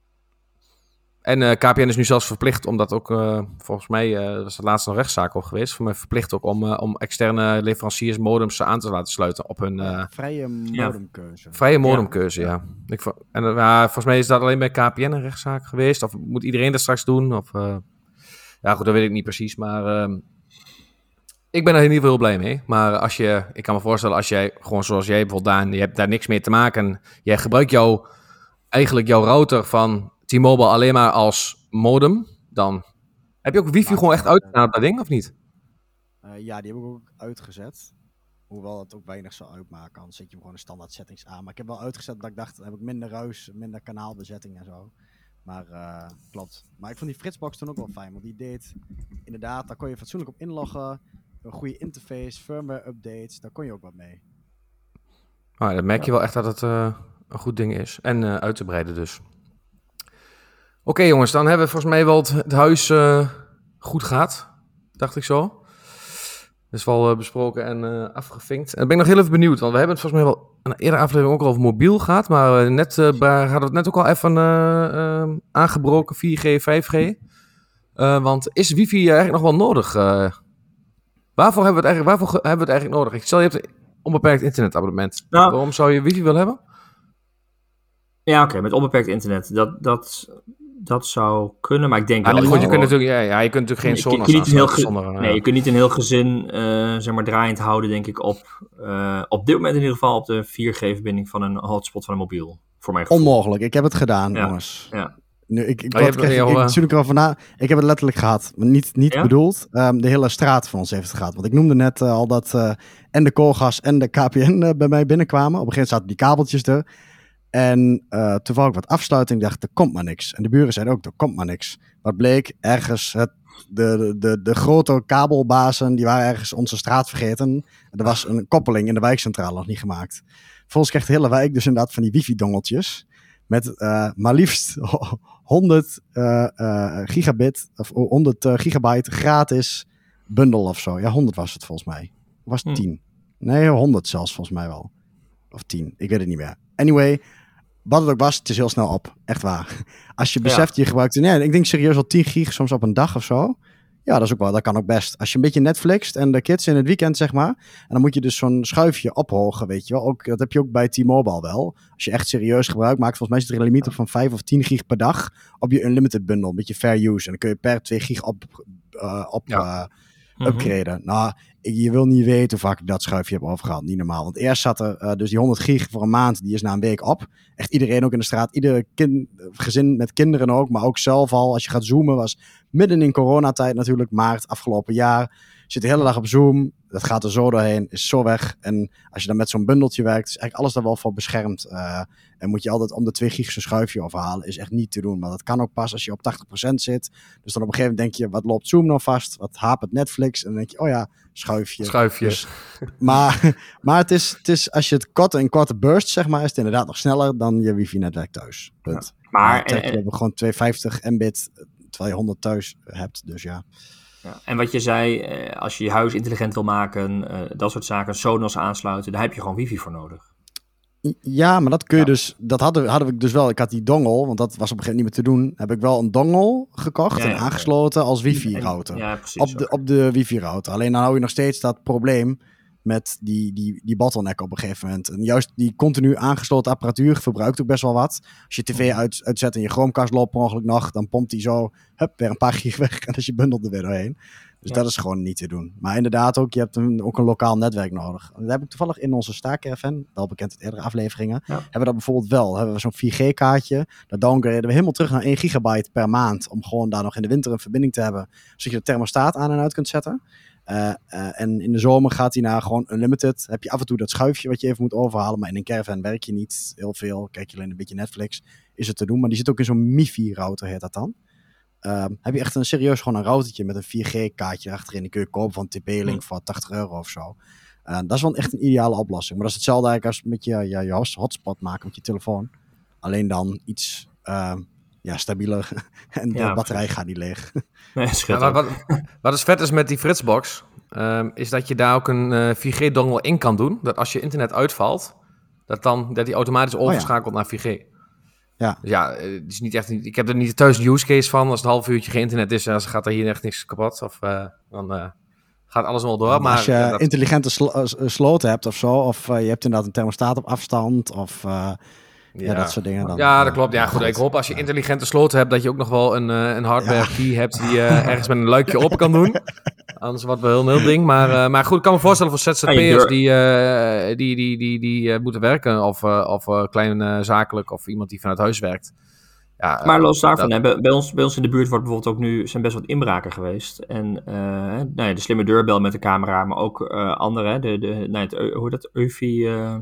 En uh, K P N is nu zelfs verplicht, omdat ook, uh, volgens mij, uh, was het laatst een rechtszaak over geweest, voor mij verplicht ook om, uh, om externe leveranciers modems aan te laten sluiten op hun... Uh, vrije modemkeuze. Ja. Vrije modemkeuze, ja. ja. Ik, en uh, ja, volgens mij is dat alleen bij K P N een rechtszaak geweest. Of moet iedereen dat straks doen? Of... Uh, Ja, goed, dat weet ik niet precies, maar uh, ik ben er in ieder geval heel blij mee. Maar als je, ik kan me voorstellen, als jij, gewoon zoals jij bijvoorbeeld, Daan, je hebt daar niks mee te maken. Jij gebruikt jouw, eigenlijk jouw router van T-Mobile alleen maar als modem. Dan heb je ook wifi maar, gewoon echt uitgedaan op dat ding, of niet? Uh, ja, die heb ik ook uitgezet. Hoewel het ook weinig zou uitmaken, dan zet je hem gewoon de standaard settings aan. Maar ik heb wel uitgezet dat ik dacht, dan heb ik minder ruis, minder kanaalbezetting en zo. Maar uh, klopt. Maar ik vond die Fritzbox toen ook wel fijn. Want die deed inderdaad, daar kon je fatsoenlijk op inloggen. Een goede interface, firmware updates. Daar kon je ook wat mee. Ah, dan merk je wel echt dat het uh, een goed ding is. En uh, uit te breiden dus. Oké okay, jongens, dan hebben we volgens mij wel het, het huis uh, goed gehad. Dacht ik zo. Dat is wel uh, besproken en uh, afgevinkt. En dan ben ik nog heel even benieuwd. Want we hebben het volgens mij wel een eerdere aflevering ook al over mobiel gehad. Maar uh, net uh, hadden we het net ook al even uh, uh, aangebroken. vier G, vijf G. Uh, want is wifi eigenlijk nog wel nodig? Uh, waarvoor hebben we het eigenlijk, waarvoor hebben we het eigenlijk nodig? Ik stel, je hebt een onbeperkt internetabonnement. Nou, waarom zou je wifi willen hebben? Ja, oké. Okay, met onbeperkt internet. Dat... dat... Dat zou kunnen, maar ik denk... Ah, wel goed, je kunt natuurlijk, ja, ja, je kunt natuurlijk geen Sonos aansluiten ge- zonder... Nee, ja. Je kunt niet een heel gezin uh, zeg maar, draaiend houden, denk ik, op... Uh, op dit moment in ieder geval op de vier G-verbinding van een hotspot van een mobiel. Voor mijn gevoel. Onmogelijk. Ik heb het gedaan, ja. jongens. Ja. Nu, ik, ik, oh, wat, kreeg, ik, ik, ik, ik, na, ik heb het letterlijk gehad, maar niet, niet ja? bedoeld. Um, de hele straat van ons heeft het gehad. Want ik noemde net uh, al dat uh, en de Koolgas en de K P N uh, bij mij binnenkwamen. Op een gegeven moment zaten die kabeltjes er. En uh, toevallig wat afsluiting, dacht er komt maar niks. En de buren zeiden ook, er komt maar niks. Wat bleek, ergens, het, de, de, de, de grote kabelbazen, die waren ergens onze straat vergeten. Er was een koppeling in de wijkcentrale nog niet gemaakt. Volgens kreeg de hele wijk dus inderdaad van die wifi-dongeltjes. Met uh, maar liefst honderd uh, uh, gigabit, of honderd uh, gigabyte gratis bundel of zo. Ja, honderd was het volgens mij. Of was het tien? Hmm. Nee, honderd zelfs volgens mij wel. Of tien, ik weet het niet meer. Anyway, wat het ook was, het is heel snel op. Echt waar. Als je beseft, ja. je gebruikt... Nee, ik denk serieus al tien gig soms op een dag of zo. Ja, dat is ook wel, dat kan ook best. Als je een beetje Netflixt en de kids in het weekend, zeg maar. En dan moet je dus zo'n schuifje ophogen, weet je wel. Ook, dat heb je ook bij T-Mobile wel. Als je echt serieus gebruik maakt, volgens mij is er een limiet op van vijf of tien gig per dag op je unlimited bundle. Een beetje fair use. En dan kun je per twee gig op, uh, op ja. uh, upgraden. Mm-hmm. Nou, je wil niet weten hoe vaak ik dat schuifje heb overgehaald. Niet normaal. Want eerst zat er uh, dus die honderd gig voor een maand, die is na een week op. Echt iedereen ook in de straat. Ieder kind, gezin met kinderen ook, maar ook zelf al. Als je gaat zoomen, was midden in coronatijd natuurlijk, maart afgelopen jaar. Zit de hele dag op Zoom. Dat gaat er zo doorheen, is zo weg. En als je dan met zo'n bundeltje werkt, is eigenlijk alles daar wel voor beschermd. Uh, en moet je altijd om de twee gig zo'n schuifje overhalen, is echt niet te doen. Maar dat kan ook pas als je op tachtig procent zit. Dus dan op een gegeven moment denk je, wat loopt Zoom nou vast? Wat hapert Netflix? En dan denk je, oh ja, schuifje. Schuifje. Dus, maar maar het, is, het is, als je het korte in korte burst, zeg maar, is het inderdaad nog sneller dan je wifi-netwerk thuis. Punt. Ja, maar en, en, we hebben gewoon tweehonderdvijftig mbit, terwijl je honderd thuis hebt. Dus ja. Ja, en wat je zei, als je je huis intelligent wil maken, uh, dat soort zaken, Sonos aansluiten, daar heb je gewoon wifi voor nodig. Ja, maar dat kun je ja. dus, dat hadden, hadden we dus wel. Ik had die dongle, want dat was op een gegeven moment niet meer te doen. Heb ik wel een dongle gekocht ja, en ja, aangesloten ja. als wifi-router. Ja, precies. Op de, op de wifi-router. Alleen dan hou je nog steeds dat probleem met die, die, die bottleneck op een gegeven moment. En juist die continu aangesloten apparatuur verbruikt ook best wel wat. Als je tv uit, uitzet en je Chromecast loopt per ongeluk nog, dan pompt die zo, hup, weer een paar gig weg en dan is je bundel er weer doorheen. Dus ja. dat is gewoon niet te doen. Maar inderdaad ook, je hebt een, ook een lokaal netwerk nodig. Dat heb ik toevallig in onze Staak-caravan, wel bekend uit eerdere afleveringen, ja. hebben we dat bijvoorbeeld wel. Hebben we zo'n vier G kaartje, dat downgraden we helemaal terug naar één gigabyte per maand, om gewoon daar nog in de winter een verbinding te hebben, zodat je de thermostaat aan en uit kunt zetten. Uh, uh, en in de zomer gaat hij naar gewoon unlimited. Heb je af en toe dat schuifje wat je even moet overhalen. Maar in een caravan werk je niet heel veel. Kijk je alleen een beetje Netflix. Is het te doen. Maar die zit ook in zo'n MiFi-router, heet dat dan. Uh, heb je echt een serieus gewoon een routertje met een vier G kaartje achterin. Die kun je kopen van T P-Link voor tachtig euro of zo. Uh, dat is wel echt een ideale oplossing. Maar dat is hetzelfde eigenlijk als met je, je, je hotspot maken met je telefoon. Alleen dan iets... Uh, Ja, stabieler. En de ja, batterij precies. gaat niet leeg. Nee, ja, wat, wat is vet is met die Fritzbox, um, is dat je daar ook een uh, vier G dongle in kan doen. Dat als je internet uitvalt, dat dan dat die automatisch overschakelt oh, ja. naar vier G. Ja. Dus ja, het is niet echt, ik heb er niet thuis een use case van. Als het een half uurtje geen internet is, dan gaat er hier echt niks kapot. Of uh, dan uh, gaat alles wel door. Ja, maar als je uh, dat... intelligente sl- uh, sloten hebt of zo, of uh, je hebt inderdaad een thermostaat op afstand, of... Uh, Ja, ja, dat soort dingen dan. Ja, dat klopt. Ja, goed. Ik hoop als je intelligente sloten hebt, dat je ook nog wel een, uh, een hardware ja. key hebt die uh, ergens met een luikje open kan doen. Anders wordt het wel een heel heel ding. Maar, uh, maar goed, ik kan me voorstellen voor Z Z P'ers die, uh, die, die, die, die uh, moeten werken. Of, uh, of uh, klein uh, zakelijk of iemand die vanuit huis werkt. Ja, maar los daarvan, dat... hè, bij, ons, bij ons in de buurt wordt bijvoorbeeld ook nu, zijn best wat inbraken geweest. En uh, nou ja, de slimme deurbel met de camera, maar ook uh, andere. Hè, de, de, nou, het, hoe heet dat? U V... Uh,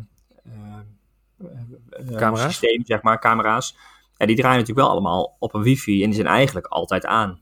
Uh, camera's? Systeem, zeg maar, camera's. Ja, die draaien natuurlijk wel allemaal op een wifi en die zijn eigenlijk altijd aan.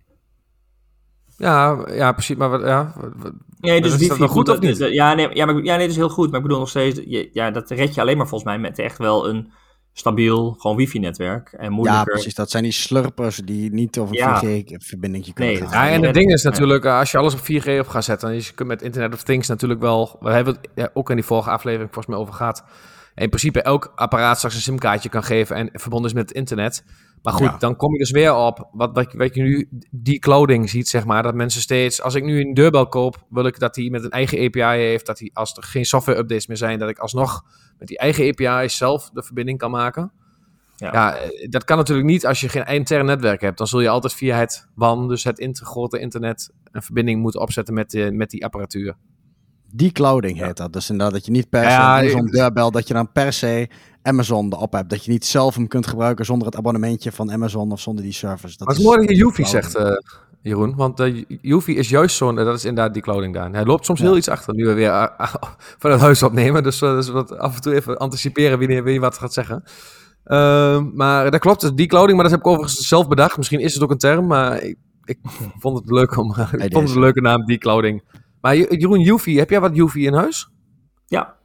Ja, ja precies. Maar wat, ja, wat, nee, dus is wifi, dat wel goed dat, of niet? Dat, ja, nee, ja, maar, ja, nee, dat is heel goed. Maar ik bedoel nog steeds, je, ja, dat red je alleen maar volgens mij met echt wel een stabiel, gewoon wifi-netwerk. En moeilijker. Ja, precies. Dat zijn die slurpers die niet over een ja. vier G-verbinding kunnen nee, gaan. Ja, en het ding is natuurlijk, als je alles op vier G op gaat zetten, je kunt met Internet of Things natuurlijk wel, we hebben het ja, ook in die vorige aflevering volgens mij over gehad. In principe elk apparaat straks een simkaartje kan geven en verbonden is met het internet. Maar goed, ja. dan kom je dus weer op wat, wat, wat je nu declouding ziet, zeg maar. Dat mensen steeds, als ik nu een deurbel koop, wil ik dat die met een eigen A P I heeft. Dat die, als er geen software updates meer zijn, dat ik alsnog met die eigen A P I zelf de verbinding kan maken. Ja. ja, dat kan natuurlijk niet als je geen intern netwerk hebt. Dan zul je altijd via het W A N, dus het inter- grote internet, een verbinding moeten opzetten met, de, met die apparatuur. Declouding heet dat. Dus inderdaad dat je niet per se ja, Amazon deurbel, dat je dan per se Amazon erop hebt. Dat je niet zelf hem kunt gebruiken zonder het abonnementje van Amazon of zonder die service. Dat maar het is mooi dat je U V I zegt, uh, Jeroen. Want uh, U V I is juist zo'n, uh, dat is inderdaad declouding daar. Hij loopt soms ja. heel iets achter, nu we weer uh, uh, van het huis opnemen. Dus, uh, dus wat af en toe even anticiperen wie, wie wat gaat zeggen. Uh, maar dat klopt, het declouding, maar dat heb ik overigens zelf bedacht. Misschien is het ook een term, maar ik, ik vond het leuk om, uh, ik vond het een leuke naam, declouding. Maar Jeroen, U V I, heb jij wat U V I in huis? Ja,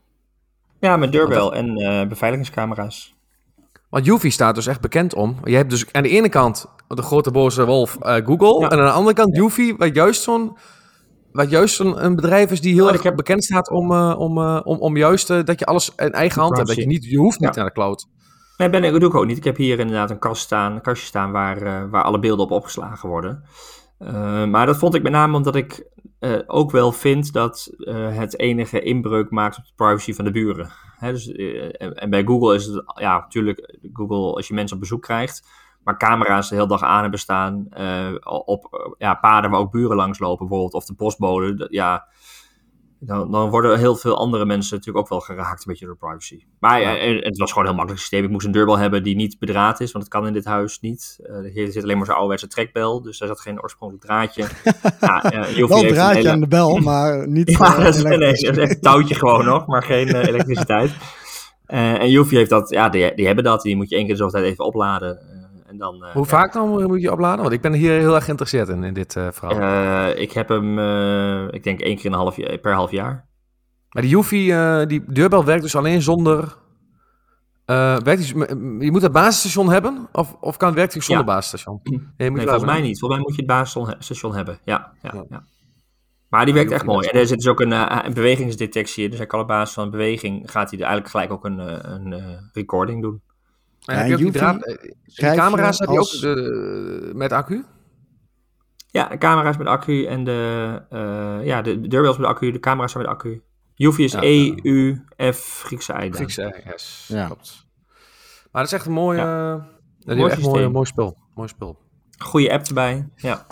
ja met deurbel en uh, beveiligingscamera's. Want U V I staat dus echt bekend om. Je hebt dus aan de ene kant de grote boze wolf uh, Google. Ja. En aan de andere kant ja. U V I, wat juist zo'n wat juist zo'n een bedrijf is die heel oh, erg heb... bekend staat om, uh, om, uh, om, om juist uh, dat je alles in eigen hand hebt. Dat je, niet, je hoeft niet ja. naar de cloud. Nee, ben, dat doe ik ook niet. Ik heb hier inderdaad een kast staan, een kastje staan waar, uh, waar alle beelden op opgeslagen worden. Uh, maar dat vond ik met name omdat ik uh, ook wel vind dat uh, het enige inbreuk maakt op de privacy van de buren. Hè, dus, uh, en, en bij Google is het, ja, natuurlijk, Google als je mensen op bezoek krijgt, maar camera's de hele dag aan hebben staan uh, op uh, ja, paden waar ook buren langslopen bijvoorbeeld, of de postbode, dat, ja, dan, dan worden heel veel andere mensen natuurlijk ook wel geraakt een beetje door privacy. Maar ja. uh, het was gewoon een heel makkelijk systeem. Ik moest een deurbel hebben die niet bedraad is, want het kan in dit huis niet. Uh, hier zit alleen maar zo'n ouderwetse trekbel, dus daar zat geen oorspronkelijk draadje. ja, uh, Wel een draadje hele... aan de bel, maar niet ja, uh, dat is, nee, dat is echt een touwtje gewoon nog, maar geen uh, elektriciteit. Uh, en Joefie heeft dat, ja, die, die hebben dat. Die moet je één keer de zoveel tijd even opladen. Uh, en dan, uh, Hoe ja. vaak dan moet je opladen? Want ik ben hier heel erg geïnteresseerd in, in dit uh, verhaal. Uh, ik heb hem, uh, ik denk één keer in een half jaar, per half jaar. Maar die Joefie, uh, die deurbel werkt dus alleen zonder... Uh, werkt die, je moet het basisstation hebben? Of, of kan het werken zonder ja. basisstation? Nee, nee, volgens mij hebben. niet. Volgens mij moet je het basisstation hebben. Ja, ja, ja. ja. Maar die werkt echt mooi. En er zit dus ook een, uh, een bewegingsdetectie in. Dus hij kan op basis van een beweging, gaat hij er eigenlijk gelijk ook een, een uh, recording doen. En heb je ook die, draad, die camera's heb je als... ook de, met accu? Ja, de camera's met accu en de, uh, ja, de deurbels met accu, de camera's met accu. Joefie is ja, E, U, F, Griekse I. Griekse I, yes. Ja. Klopt. Maar dat is echt een mooi, ja. uh, dat mooi, is echt mooi, mooi spul. Mooi spul. Goeie app erbij, ja.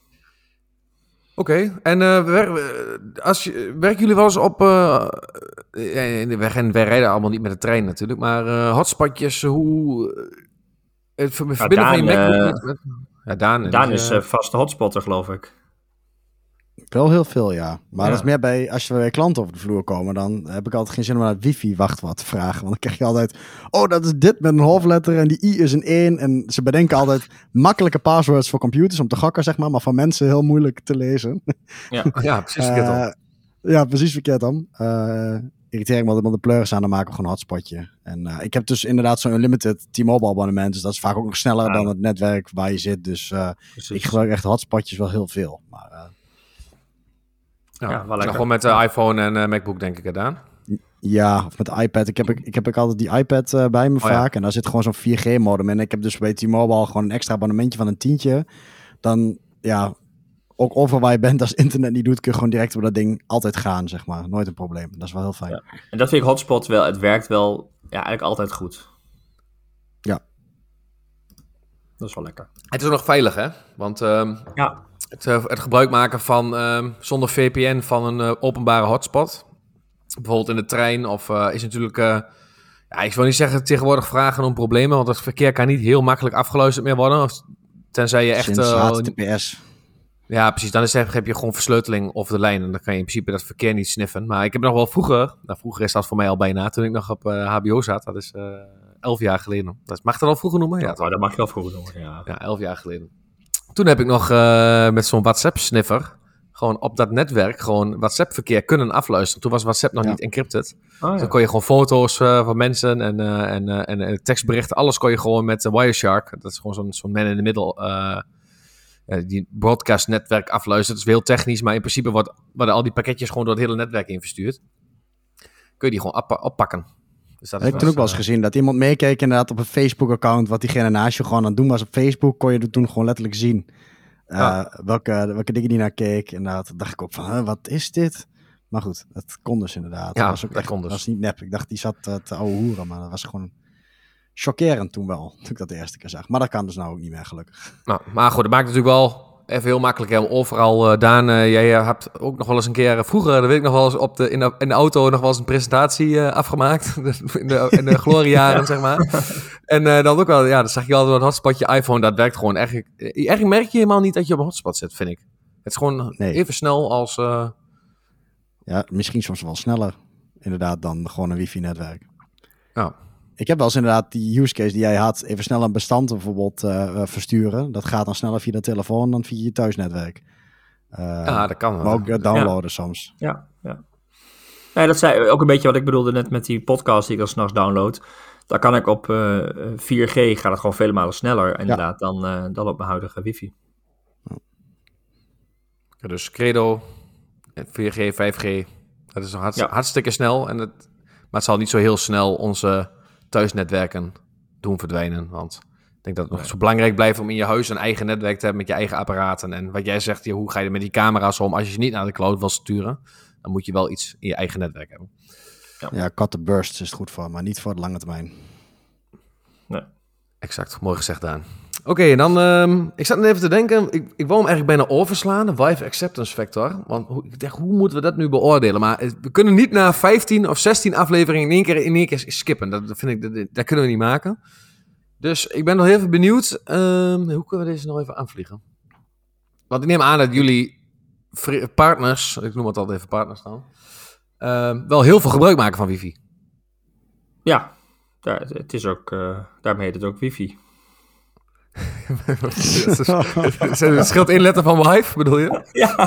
Oké, okay. en uh, wer, als je, werken jullie wel eens op... Uh, wij, gaan, wij rijden allemaal niet met de trein natuurlijk, maar uh, hotspotjes, hoe... Het verbinden ja, Daan, van je MacBook... Uh, met, met, ja, Daan, Daan is uh, vaste hotspotter, geloof ik. Wel heel veel, ja. Maar ja. dat is meer bij, als je bij klanten over de vloer komen, dan heb ik altijd geen zin om naar het wifi-wachtwoord te vragen. Want dan krijg je altijd, oh, dat is dit met een hoofdletter en die i is een één. En ze bedenken altijd makkelijke passwords voor computers om te gokken, zeg maar, maar voor mensen heel moeilijk te lezen. Ja, ja precies verkeerd dan. Uh, ja, precies verkeerd dan. Uh, irriteer ik me altijd om de pleuris aan, dan maken we gewoon een hotspotje. En uh, ik heb dus inderdaad zo'n unlimited T-Mobile abonnement, dus dat is vaak ook nog sneller ja. dan het netwerk waar je zit. Dus uh, ik gebruik echt hotspotjes wel heel veel, maar... Uh, Ja, ja, wel gewoon met de uh, iPhone en uh, MacBook denk ik gedaan. Ja, of met de iPad. Ik heb, ik, ik heb ook altijd die iPad uh, bij me oh, vaak. Ja. En daar zit gewoon zo'n vier G modem in. Ik heb dus bij T-Mobile gewoon een extra abonnementje van een tientje. Dan, ja, ook overal waar je bent, als internet niet doet, kun je gewoon direct op dat ding altijd gaan, zeg maar. Nooit een probleem. Dat is wel heel fijn. Ja. En dat vind ik hotspot wel. Het werkt wel, ja, eigenlijk altijd goed. Ja. Dat is wel lekker. Het is ook nog veilig, hè? Want... Um, ja. Het, uh, het gebruik maken van uh, zonder V P N van een uh, openbare hotspot, bijvoorbeeld in de trein, of uh, is natuurlijk, uh, ja, ik wil niet zeggen tegenwoordig vragen om problemen, want het verkeer kan niet heel makkelijk afgeluisterd meer worden, of, tenzij je echt... Sinds uh, H T T P S. Ja, precies. Dan is het, heb je gewoon versleuteling over de lijn en dan kan je in principe dat verkeer niet sniffen. Maar ik heb nog wel vroeger, nou vroeger is dat voor mij al bijna, toen ik nog op uh, H B O zat, dat is uh, elf jaar geleden. Dat, mag je dat al vroeger noemen? Ja, oh, dat mag je al vroeger noemen, ja. Ja, elf jaar geleden. Toen heb ik nog uh, met zo'n WhatsApp-sniffer gewoon op dat netwerk gewoon WhatsApp-verkeer kunnen afluisteren. Toen was WhatsApp nog ja. niet encrypted. Oh, ja. Toen kon je gewoon foto's uh, van mensen en, uh, en, uh, en uh, tekstberichten, alles kon je gewoon met uh, Wireshark. Dat is gewoon zo'n, zo'n man in de middel uh, uh, die broadcast-netwerk afluistert. Dat is heel technisch, maar in principe wordt, worden al die pakketjes gewoon door het hele netwerk in verstuurd. Kun je die gewoon op, oppakken. Dus dat ik heb toen ook wel eens uh, gezien dat iemand meekeek inderdaad op een Facebook-account wat diegene naast je gewoon aan het doen was op Facebook, kon je toen gewoon letterlijk zien uh, ah. welke, welke dingen die naar keek. En daar dacht ik ook van, huh, wat is dit? Maar goed, dat kon dus inderdaad. Ja, dat was ook dat echt, kon dus. Dat was niet nep. Ik dacht, die zat uh, te ouwe hoeren, maar dat was gewoon chockerend toen wel, toen ik dat de eerste keer zag. Maar dat kan dus nou ook niet meer, gelukkig. Nou, maar goed, dat maakt natuurlijk wel even heel makkelijk hè, om overal, uh, Daan, uh, jij uh, hebt ook nog wel eens een keer, uh, vroeger, dat weet ik nog wel eens, op de, in, de, in de auto nog wel eens een presentatie uh, afgemaakt, in de, in de gloriejaren, ja. zeg maar. En uh, dan ook wel, ja, dan zag je altijd een hotspotje iPhone, dat werkt gewoon. Eigenlijk, eigenlijk merk je helemaal niet dat je op een hotspot zit, vind ik. Het is gewoon nee. even snel als... Uh... Ja, misschien soms wel sneller, inderdaad, dan gewoon een wifi-netwerk. Ja. Ik heb wel eens inderdaad die use case die jij had, even snel een bestand bijvoorbeeld uh, versturen. Dat gaat dan sneller via de telefoon dan via je thuisnetwerk. Uh, ja, dat kan wel. Maar ook uh, downloaden ja. soms. Ja, ja. Nee, dat zei ook een beetje wat ik bedoelde net met die podcast die ik al 's nachts download. Daar kan ik op uh, vier G, gaat het gewoon vele malen sneller inderdaad ja. dan, uh, dan op mijn huidige wifi. Ja, dus Credo, vier G, vijf G, dat is hart, ja. hartstikke snel. En het, maar het zal niet zo heel snel onze thuisnetwerken doen verdwijnen. Want ik denk dat het nog nee. zo belangrijk blijft om in je huis een eigen netwerk te hebben met je eigen apparaten. En wat jij zegt, ja, hoe ga je met die camera's om? Als je ze niet naar de cloud wil sturen, dan moet je wel iets in je eigen netwerk hebben. Ja, ja korte bursts is het goed voor, maar niet voor de lange termijn. Nee. Exact, mooi gezegd, Daan. Oké, okay, dan... Um, ik zat net even te denken, ik, ik wou hem eigenlijk bijna overslaan, de wife acceptance factor. Want hoe, ik dacht, hoe moeten we dat nu beoordelen? Maar we kunnen niet na vijftien of zestien afleveringen in één keer, in één keer skippen. Dat, dat vind ik, dat, dat kunnen we niet maken. Dus ik ben nog even benieuwd, um, hoe kunnen we deze nog even aanvliegen? Want ik neem aan dat jullie partners, ik noem het altijd even partners dan, uh, wel heel veel gebruik maken van wifi. Ja, daar, het is ook, uh, daarmee heet het ook wifi. Het scheelt één letter van wife, bedoel je? Ja.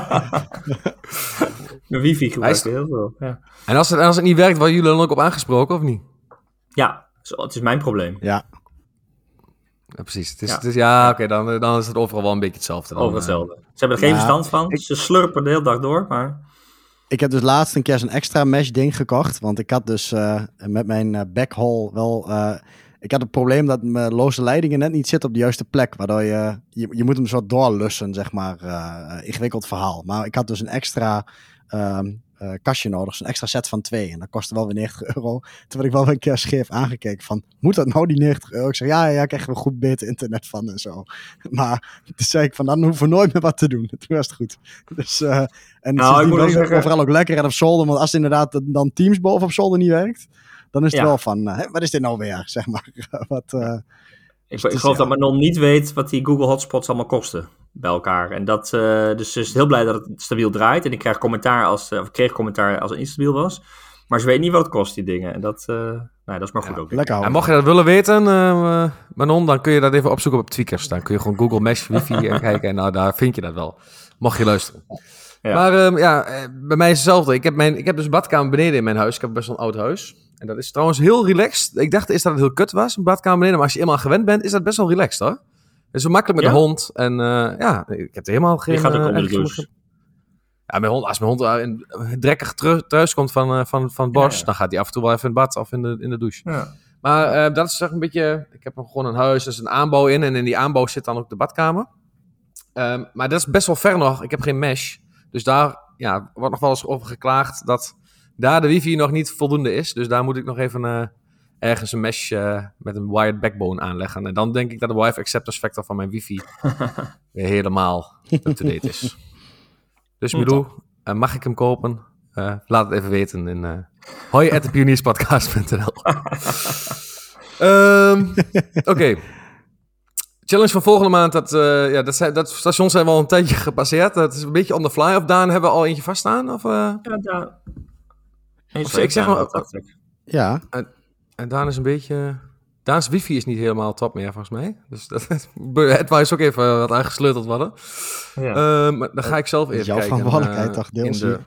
Mijn wifi gebruikt heel veel. Ja. En als het, als het niet werkt, worden jullie dan ook op aangesproken, of niet? Ja, het is mijn probleem. Ja. Ja, precies. Het is, ja, het is, ja oké, okay, dan, dan is het overal wel een beetje hetzelfde. Dan, Overal hetzelfde. Ze hebben er geen ja, verstand van. Ik, ze slurpen de hele dag door, maar... Ik heb dus laatst een keer zo'n extra mesh ding gekocht. Want ik had dus uh, met mijn uh, backhaul wel... Uh, ik had het probleem dat mijn loze leidingen net niet zitten op de juiste plek. Waardoor je... Je, je moet hem zo doorlussen, zeg maar. Uh, ingewikkeld verhaal. Maar ik had dus een extra... Uh, Uh, kastje nodig, zo'n extra set van twee. En dat kostte wel weer negentig euro. Toen werd ik wel weer een keer scheef aangekeken van, moet dat nou die negentig euro? Ik zeg, ja, ja, ja, ik krijg er goed beter internet van en zo. Maar toen zei ik van, dan hoeven we nooit meer wat te doen. Toen was het goed. Dus, uh, en nou, ik moet zeggen... overal ook lekker op zolder, want als het inderdaad dan Teams boven op zolder niet werkt, dan is het ja. wel van, uh, wat is dit nou weer, zeg maar. wat, uh, ik, ik geloof ja. dat Manon niet weet wat die Google hotspots allemaal kosten bij elkaar. En dat, uh, dus ze is heel blij dat het stabiel draait. En ik krijg commentaar als, uh, of ik kreeg commentaar als het instabiel was. Maar ze weet niet wat het kost, die dingen. En dat, uh, nou, dat is maar goed ja, ook. Lekker en mocht je dat willen weten, uh, Manon, dan kun je dat even opzoeken op Tweakers. Dan kun je gewoon Google Mesh Wifi en kijken. En nou, daar vind je dat wel. Mocht je luisteren. Ja. Maar uh, ja, bij mij is hetzelfde. Ik heb, mijn, ik heb dus een badkamer beneden in mijn huis. Ik heb best wel een oud huis. En dat is trouwens heel relaxed. Ik dacht eerst dat het heel kut was, een badkamer beneden. Maar als je eenmaal gewend bent, is dat best wel relaxed, hoor. Het is zo makkelijk met ja? de hond. En uh, ja, ik heb er helemaal geen... Je gaat ook uh, onder de douche. Ja, mijn hond, als mijn hond uh, in, drekkig terug, thuis komt van, uh, van, van het bos, ja, ja. dan gaat hij af en toe wel even in het bad of in de, in de douche. Ja. Maar uh, dat is toch een beetje... Ik heb gewoon een huis, er is een aanbouw in. En in die aanbouw zit dan ook de badkamer. Um, maar dat is best wel ver nog. Ik heb geen mesh. Dus daar ja, wordt nog wel eens over geklaagd dat daar de wifi nog niet voldoende is. Dus daar moet ik nog even... Uh, ergens een mesh uh, met een wired backbone aanleggen. En dan denk ik dat de wifi acceptance factor van mijn wifi weer helemaal up-to-date is. Dus Milou, uh, mag ik hem kopen? Uh, laat het even weten in uh, hoi at the pionierspodcast punt n l. um, Oké. Okay. Challenge van volgende maand, dat, uh, ja, dat, zijn, dat stations zijn wel een tijdje gepasseerd. Dat is een beetje on the fly. Of Daan, hebben we al eentje vaststaan? Of, uh... Ja, Daan. Of, ik zeg maar... Uh, ja. Uh, En Daan is een beetje... Daan's wifi is niet helemaal top meer, volgens mij. Dus dat advice ook even wat aangesleuteld worden. Ja. Uh, maar dan ga ik zelf even jouw kijken. Jouw verantwoordelijkheid uh, toch, deels de...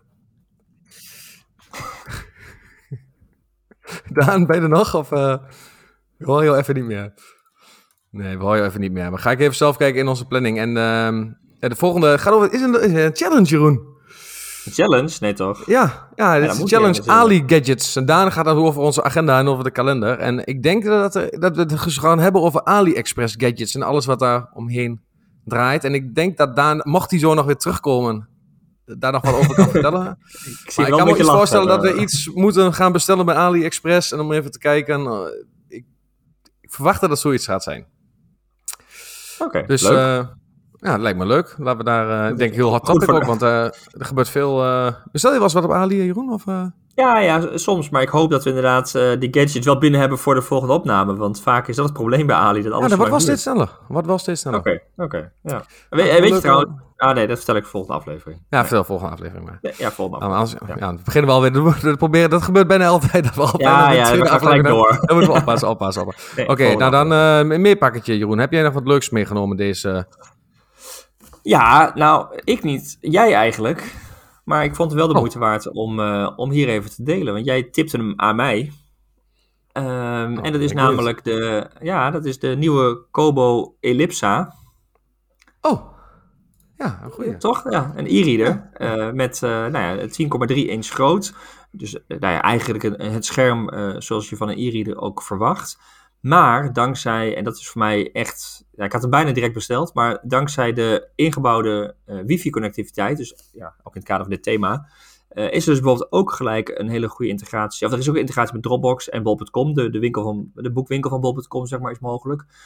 Daan, ben je er nog? Of uh, we horen je even niet meer? Nee, we horen je even niet meer. Maar ga ik even zelf kijken in onze planning. En uh, ja, de volgende gaat over... Is een, is een challenge, Jeroen. Challenge? Nee, toch? Ja, ja dit ja, is de challenge Ali Gadgets. En daarna gaat het over onze agenda en over de kalender. En ik denk dat, er, dat we het gaan hebben over AliExpress gadgets en alles wat daar omheen draait. En ik denk dat Daan, mocht hij zo nog weer terugkomen, daar nog wat over kan vertellen. ik maar ik kan me iets voorstellen dat we iets moeten gaan bestellen bij AliExpress. En om even te kijken, uh, ik, ik verwacht dat het zoiets gaat zijn. Oké, okay, dus, leuk. Uh, Ja, dat lijkt me leuk. Laten we daar, uh, ik denk heel hard topic ook, want uh, er gebeurt veel... Uh... Bestel je wel eens wat op Ali, Jeroen? Of, uh... Ja, ja, soms. Maar ik hoop dat we inderdaad uh, die gadgets wel binnen hebben voor de volgende opname. Want vaak is dat het probleem bij Ali. Dat alles ja, dat wordt wel steeds sneller. Wordt wel steeds sneller. Oké, okay, oké. Okay, ja. We, ja, weet je trouwens... Ah nee, dat vertel ik volgende aflevering. Ja, vertel volgende aflevering maar. Ja, ja volgende aflevering. Nou, ja. Ja, we beginnen wel weer te proberen. Dat gebeurt bijna altijd. Dat we al ja, ja, we gaan gelijk door. Dan moeten we oppassen, oppassen. oppassen. Nee, Oké, okay, nou dan uh, een meerpakketje, Jeroen. Heb jij nog wat leuks meegenomen deze... Ja, nou, ik niet. Jij eigenlijk. Maar ik vond het wel de moeite waard om, uh, om hier even te delen. Want jij tipte hem aan mij. Um, oh, en dat is namelijk de, ja, dat is de nieuwe Kobo Ellipsa. Oh, ja, een goeie. Toch? Ja, een e-reader. Ja. Uh, met uh, nou ja, tien komma drie inch groot. Dus uh, nou ja, eigenlijk een, het scherm uh, zoals je van een e-reader ook verwacht. Maar dankzij, en dat is voor mij echt... Ja, ik had hem bijna direct besteld, maar dankzij de ingebouwde uh, wifi-connectiviteit, dus ja, ook in het kader van dit thema, uh, is er dus bijvoorbeeld ook gelijk een hele goede integratie. Of er is ook een integratie met Dropbox en bol punt com, de, de, winkel van, de boekwinkel van bol punt com, zeg maar, is mogelijk.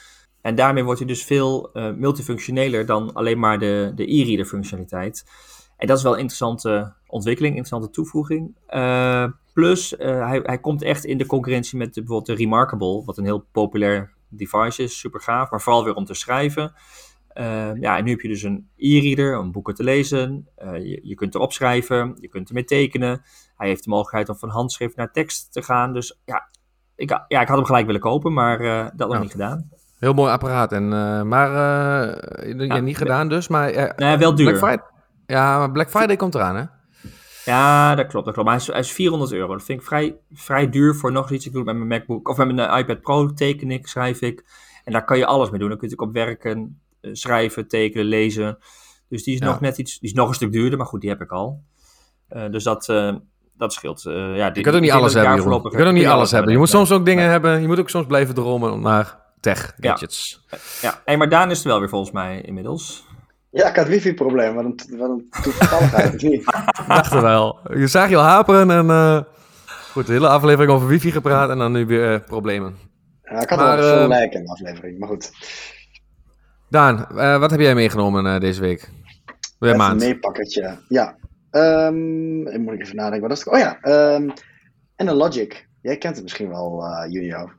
En daarmee wordt hij dus veel uh, multifunctioneler dan alleen maar de, de e-reader functionaliteit. En dat is wel een interessante ontwikkeling, interessante toevoeging. Uh, plus, uh, hij, hij komt echt in de concurrentie met de, bijvoorbeeld de Remarkable, wat een heel populair device is, super gaaf, maar vooral weer om te schrijven. Uh, ja, en nu heb je dus een e-reader om boeken te lezen. Uh, je, je kunt erop schrijven, je kunt ermee tekenen. Hij heeft de mogelijkheid om van handschrift naar tekst te gaan. Dus ja, ik, ja, ik had hem gelijk willen kopen, maar uh, dat nog ja. niet gedaan. Heel mooi apparaat. En, uh, maar uh, ja, niet gedaan dus. Maar, uh, nee, wel duur. Black Friday, ja, maar Black Friday komt eraan, hè? Ja, dat klopt, dat klopt. Maar hij is, hij is vierhonderd euro. Dat vind ik vrij, vrij duur voor nog iets. Ik doe het met mijn MacBook of met mijn iPad Pro, teken ik, schrijf ik. En daar kan je alles mee doen. Dan kun je natuurlijk op werken, schrijven, tekenen, lezen. Dus die is ja. nog net iets, die is nog een stuk duurder, maar goed, die heb ik al. Uh, dus dat, uh, dat scheelt. Uh, ja, die, je kunt ook niet alles hebben, Jeroen. Je kunt ook niet alles hebben. Je moet soms ook dingen nee. hebben. Je moet ook soms blijven dromen naar tech gadgets. Ja, ja. Hey, maar Daan is er wel weer volgens mij inmiddels. Ja, ik had wifi-probleem. Wat een, wat een toevalligheid, of niet? Ik dacht er wel. Je zag je al haperen en... Uh, goed, de hele aflevering over wifi gepraat en dan nu weer uh, problemen. Ja, ik had maar, wel veel uh, lijken in de aflevering, maar goed. Daan, uh, wat heb jij meegenomen uh, deze week? Weer Even maand. een meepakketje, ja. Um, moet ik even nadenken, wat is het? Oh ja, um, en een Logic. Jij kent het misschien wel, uh, Junior.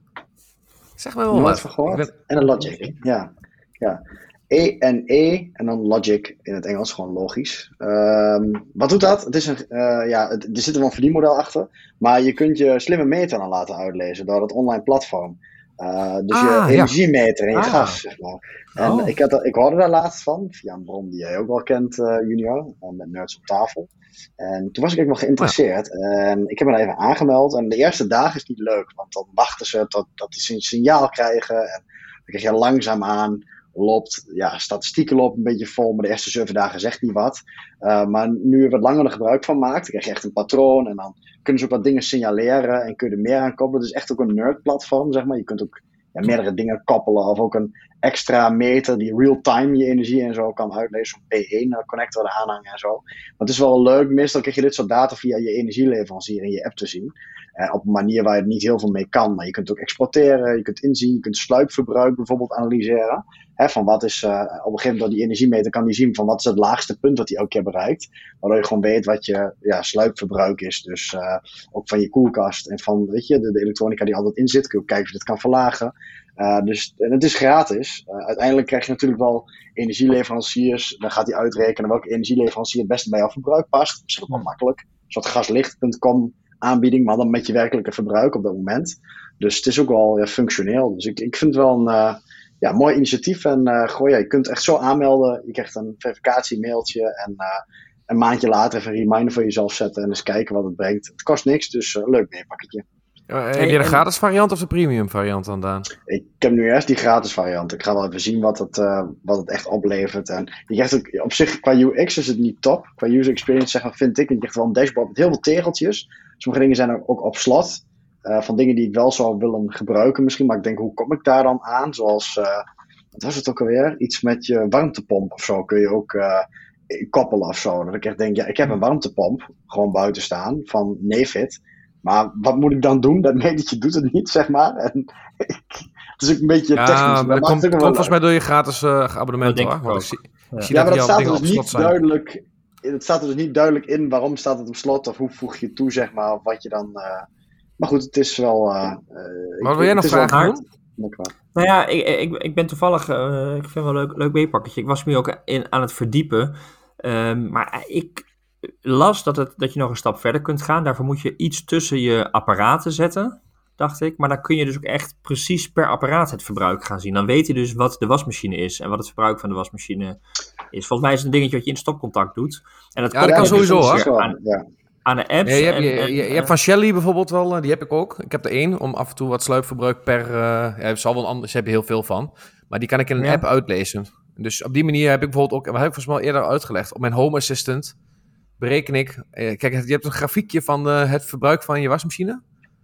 Zeg maar wel Nooit wat. van gehoord? Ben... En een Logic, ja. ja. E en E en dan Logic in het Engels, gewoon logisch. Um, wat doet dat? Het is een, uh, ja, het, er zit er wel een verdienmodel achter, maar je kunt je slimme meter dan laten uitlezen door dat online platform. Uh, dus ah, je energiemeter ja. en je ah. gas, zeg maar. En oh. ik, had, ik hoorde daar laatst van, via een bron die jij ook wel kent, uh, Junior, uh, met Nerds op tafel. En toen was ik ook wel geïnteresseerd. Oh, ja. En ik heb me daar even aangemeld. En de eerste dagen is niet leuk, want dan wachten ze tot, tot die een signaal krijgen. En dan krijg je langzaamaan, loopt, ja, statistieken lopen een beetje vol, maar de eerste zeven dagen zegt niet wat. Uh, maar nu je wat langer er gebruik van maakt, dan krijg je echt een patroon. En dan kunnen ze ook wat dingen signaleren en kun je er meer aan koppelen. Het is echt ook een nerd-platform, zeg maar. Je kunt ook ja, meerdere dingen koppelen of ook een extra meter die real-time je energie en zo kan uitlezen. Zo'n P één connector er aanhangen en zo. Maar het is wel leuk. Meestal krijg je dit soort data via je energieleverancier in je app te zien. Uh, op een manier waar je er niet heel veel mee kan. Maar je kunt ook exporteren, je kunt inzien, je kunt sluipverbruik bijvoorbeeld analyseren. Hè, van wat is, uh, op een gegeven moment door die energiemeter kan die zien van wat is het laagste punt dat hij elke keer bereikt. Waardoor je gewoon weet wat je ja, sluipverbruik is. Dus uh, ook van je koelkast en van weet je, de, de elektronica die altijd in zit. Kun je ook kijken of je dat kan verlagen. Uh, dus en het is gratis. Uh, uiteindelijk krijg je natuurlijk wel energieleveranciers. Dan gaat hij uitrekenen welke energieleverancier het beste bij jouw verbruik past. Dat is ook wel makkelijk. Een soort gaslicht punt com aanbieding, maar dan met je werkelijke verbruik op dat moment. Dus het is ook wel ja, functioneel. Dus ik, ik vind het wel een uh, ja, mooi initiatief. En uh, goh, ja, je kunt echt zo aanmelden. Je krijgt een verificatiemailtje en uh, een maandje later even een reminder voor jezelf zetten en eens kijken wat het brengt. Het kost niks, dus uh, leuk meepakketje. Uh, heb je de gratis variant of de premium variant dan, Daan? Ik heb nu eerst die gratis variant. Ik ga wel even zien wat het, uh, wat het echt oplevert. En je krijgt ook, op zich, qua U X is het niet top. Qua user experience zeg maar, vind ik. Je krijgt wel een dashboard met heel veel tegeltjes. Sommige dingen zijn er ook op slot. Uh, van dingen die ik wel zou willen gebruiken misschien. Maar ik denk, hoe kom ik daar dan aan? Zoals, uh, wat was het ook alweer? Iets met je warmtepomp of zo kun je ook uh, koppelen of zo. Dat ik echt denk, ja, ik heb een warmtepomp gewoon buiten staan van Nefit. Maar wat moet ik dan doen? Dat metertje doet het niet, zeg maar. En ik, het is ook een beetje ja, technisch. Maar dat komt, komt volgens mij door je gratis uh, abonnement, hoor. Want ik zie, ja. ik zie ja, dat maar dat staat er dus niet zijn. duidelijk... Het staat er dus niet duidelijk in waarom staat het op slot of hoe voeg je het toe, zeg maar. Of wat je dan... Uh... Maar goed, het is wel... Uh, uh, wat wil jij nog vragen doen? Nou ja, ik, ik, ik ben toevallig... Uh, ik vind het wel een leuk, leuk meepakketje. Ik was me ook in, aan het verdiepen. Um, maar ik... las dat, het, dat je nog een stap verder kunt gaan. Daarvoor moet je iets tussen je apparaten zetten, dacht ik. Maar dan kun je dus ook echt precies per apparaat het verbruik gaan zien. Dan weet je dus wat de wasmachine is en wat het verbruik van de wasmachine is. Volgens mij is het een dingetje wat je in stopcontact doet. En dat, ja, dat kan sowieso, hoor. Aan, ja. aan de apps. Ja, je, hebt, en, je, en, je, je hebt van Shelly bijvoorbeeld wel, die heb ik ook. Ik heb er één om af en toe wat sluipverbruik per... Uh, ja, het zal wel anders, heb je heel veel van. Maar die kan ik in een ja. app uitlezen. Dus op die manier heb ik bijvoorbeeld ook... Wat heb ik volgens mij eerder uitgelegd? Op mijn Home Assistant... bereken ik... Eh, kijk, je hebt een grafiekje van uh, het verbruik van je wasmachine.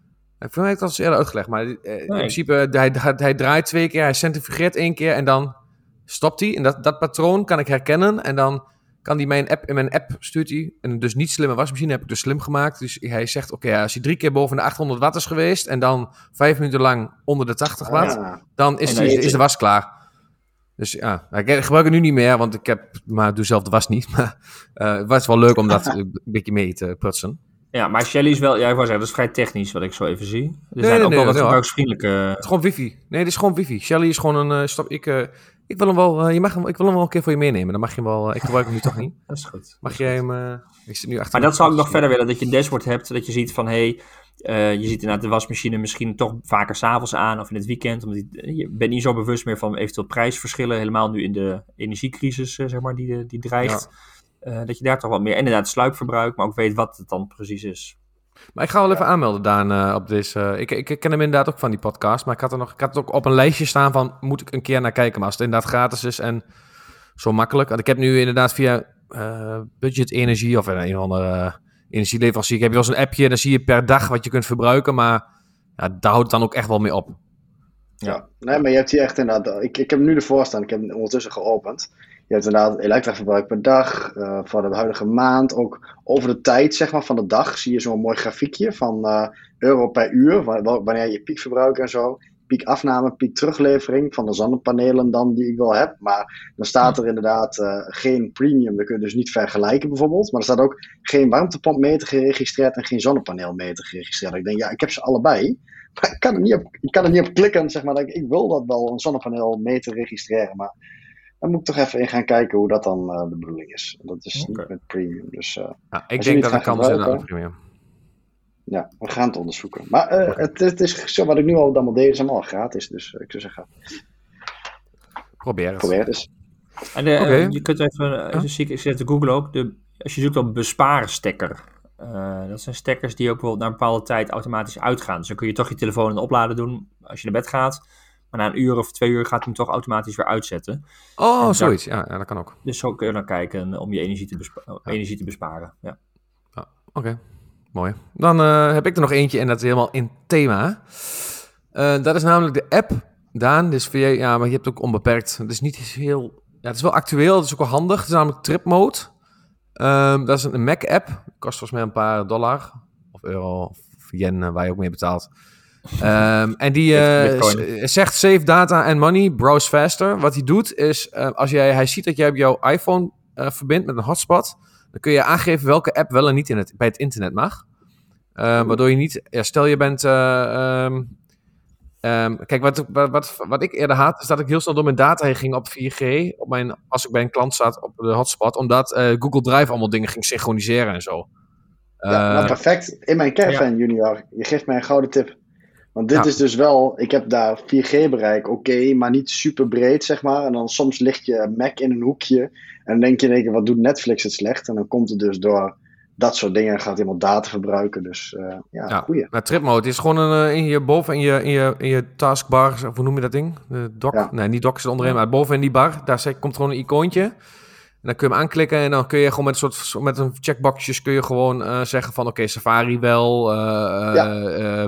Ik vind het dat eerder uitgelegd. Maar uh, nee. in principe, hij, hij, hij draait twee keer, hij centrifugeert één keer en dan stopt hij. En dat, dat patroon kan ik herkennen. En dan kan hij mijn app, in mijn app stuurt hij, en dus niet slimme wasmachine heb ik dus slim gemaakt. Dus hij zegt, oké, okay, als hij drie keer boven de achthonderd watt is geweest en dan vijf minuten lang onder de tachtig watt, ah, dan is, die, is de was klaar. Dus ja, ik gebruik het nu niet meer, want ik heb, maar doe zelf de was niet. Maar uh, het was wel leuk om dat een beetje mee te prutsen. Ja, maar Shelly is wel, ja, ik wou zeggen, dat is vrij technisch wat ik zo even zie. Er nee, zijn nee, ook nee, wel wat nee, gebruiksvriendelijke... Het is gewoon wifi. Nee, dit is gewoon wifi. Shelly is gewoon een uh, stap. Ik, uh, ik wil hem wel, uh, je mag hem, ik wil hem wel een keer voor je meenemen. Dan mag je hem wel, uh, ik gebruik hem nu toch niet. Dat is goed. Mag jij hem, uh, ik zit nu achter. Maar dat zou ik nog verder willen, dat je een dashboard hebt, dat je ziet van, hé, hey, uh, je ziet inderdaad de wasmachine misschien toch vaker 's avonds aan of in het weekend. Omdat die, je bent niet zo bewust meer van eventueel prijsverschillen, helemaal nu in de energiecrisis, uh, zeg maar, die, die dreigt. Ja. Uh, dat je daar toch wat meer, en inderdaad sluipverbruik, maar ook weet wat het dan precies is. Maar ik ga wel even ja. aanmelden, Daan, uh, op deze... Uh, ik, ik, ik ken hem inderdaad ook van die podcast, maar ik had, er nog, ik had het ook op een lijstje staan van, moet ik een keer naar kijken, maar als het inderdaad gratis is en zo makkelijk. Want ik heb nu inderdaad via uh, Budget Energie of een of andere uh, energieleverancier, ik heb wel eens een appje en dan zie je per dag wat je kunt verbruiken, maar ja, daar houdt het dan ook echt wel mee op. Ja, nee, maar je hebt hier echt inderdaad... Ik, ik heb nu ervoor staan, ik heb hem ondertussen geopend. Je hebt inderdaad elektraverbruik per dag, uh, voor de huidige maand. Ook over de tijd, zeg maar, van de dag zie je zo'n mooi grafiekje van uh, euro per uur. Wanneer je piekverbruik en zo. Piekafname, piek teruglevering van de zonnepanelen dan die ik wel heb. Maar dan staat er inderdaad uh, geen premium, dat kun je dus niet vergelijken bijvoorbeeld. Maar er staat ook geen warmtepompmeter geregistreerd en geen zonnepaneelmeter geregistreerd. Ik denk, ja, ik heb ze allebei. Maar ik kan er niet op, ik kan er niet op klikken, zeg maar. Dat ik, ik wil dat wel, een zonnepaneelmeter registreren, maar... Dan moet ik toch even in gaan kijken hoe dat dan uh, de bedoeling is. Dat is okay. Niet met premium. Dus, uh, ja, ik denk dat het kan zijn aan premium. Ja, we gaan het onderzoeken. Maar uh, okay. het, het is zo wat ik nu al allemaal deed, is allemaal gratis. Dus uh, ik zou zeggen... Probeer het. Probeer het eens. En de, okay. uh, je kunt even, even ja? ik zet de Google ook, de, als je zoekt op besparen stekker. Uh, dat zijn stekkers die ook bijvoorbeeld na een bepaalde tijd automatisch uitgaan. Dus dan kun je toch je telefoon in opladen doen als je naar bed gaat. Maar na een uur of twee uur gaat hij hem toch automatisch weer uitzetten. Oh, en zoiets. Ja, ja, dat kan ook. Dus zo kun je naar kijken om je energie te, bespa- ja. energie te besparen. Ja. Ja, Oké, okay. Mooi. Dan uh, heb ik er nog eentje en dat is helemaal in thema. Uh, dat is namelijk de app, Daan. Dus voor je, ja, maar je hebt ook onbeperkt. Het is niet heel... Ja, het is wel actueel. Het is ook wel handig. Het is namelijk Trip Mode. Um, dat is een Mac-app. Kost volgens mij een paar dollar. Of euro. Of yen, uh, waar je ook mee betaalt. Um, en die uh, zegt save data and money, browse faster. Wat hij doet is, uh, als jij, hij ziet dat jij op jouw iPhone uh, verbindt met een hotspot, dan kun je aangeven welke app wel en niet in het, bij het internet mag. Uh, waardoor je niet, ja, stel je bent, uh, um, um, kijk wat, wat, wat, wat ik eerder had, is dat ik heel snel door mijn data heen ging op vier G, op mijn, als ik bij een klant zat op de hotspot, omdat uh, Google Drive allemaal dingen ging synchroniseren en zo. Ja, uh, nou perfect. In mijn caravan, ja. Junior, je geeft mij een gouden tip. Want dit ja. is dus wel, ik heb daar vier G bereik, oké, okay, maar niet super breed, zeg maar. En dan soms ligt je Mac in een hoekje en dan denk je in één keer, wat doet Netflix het slecht? En dan komt het dus door dat soort dingen, gaat helemaal data verbruiken. Dus uh, ja, ja, goeie. Nou, Trip Mode is gewoon een, uh, in je boven in je, in je, in je taskbar, of hoe noem je dat ding? De dock? Ja. Nee, niet dock is onderin, maar boven in die bar, daar komt gewoon een icoontje. En dan kun je hem aanklikken en dan kun je gewoon met een soort, met een checkboxjes kun je gewoon uh, zeggen van, oké, okay, Safari wel, uh, ja. uh,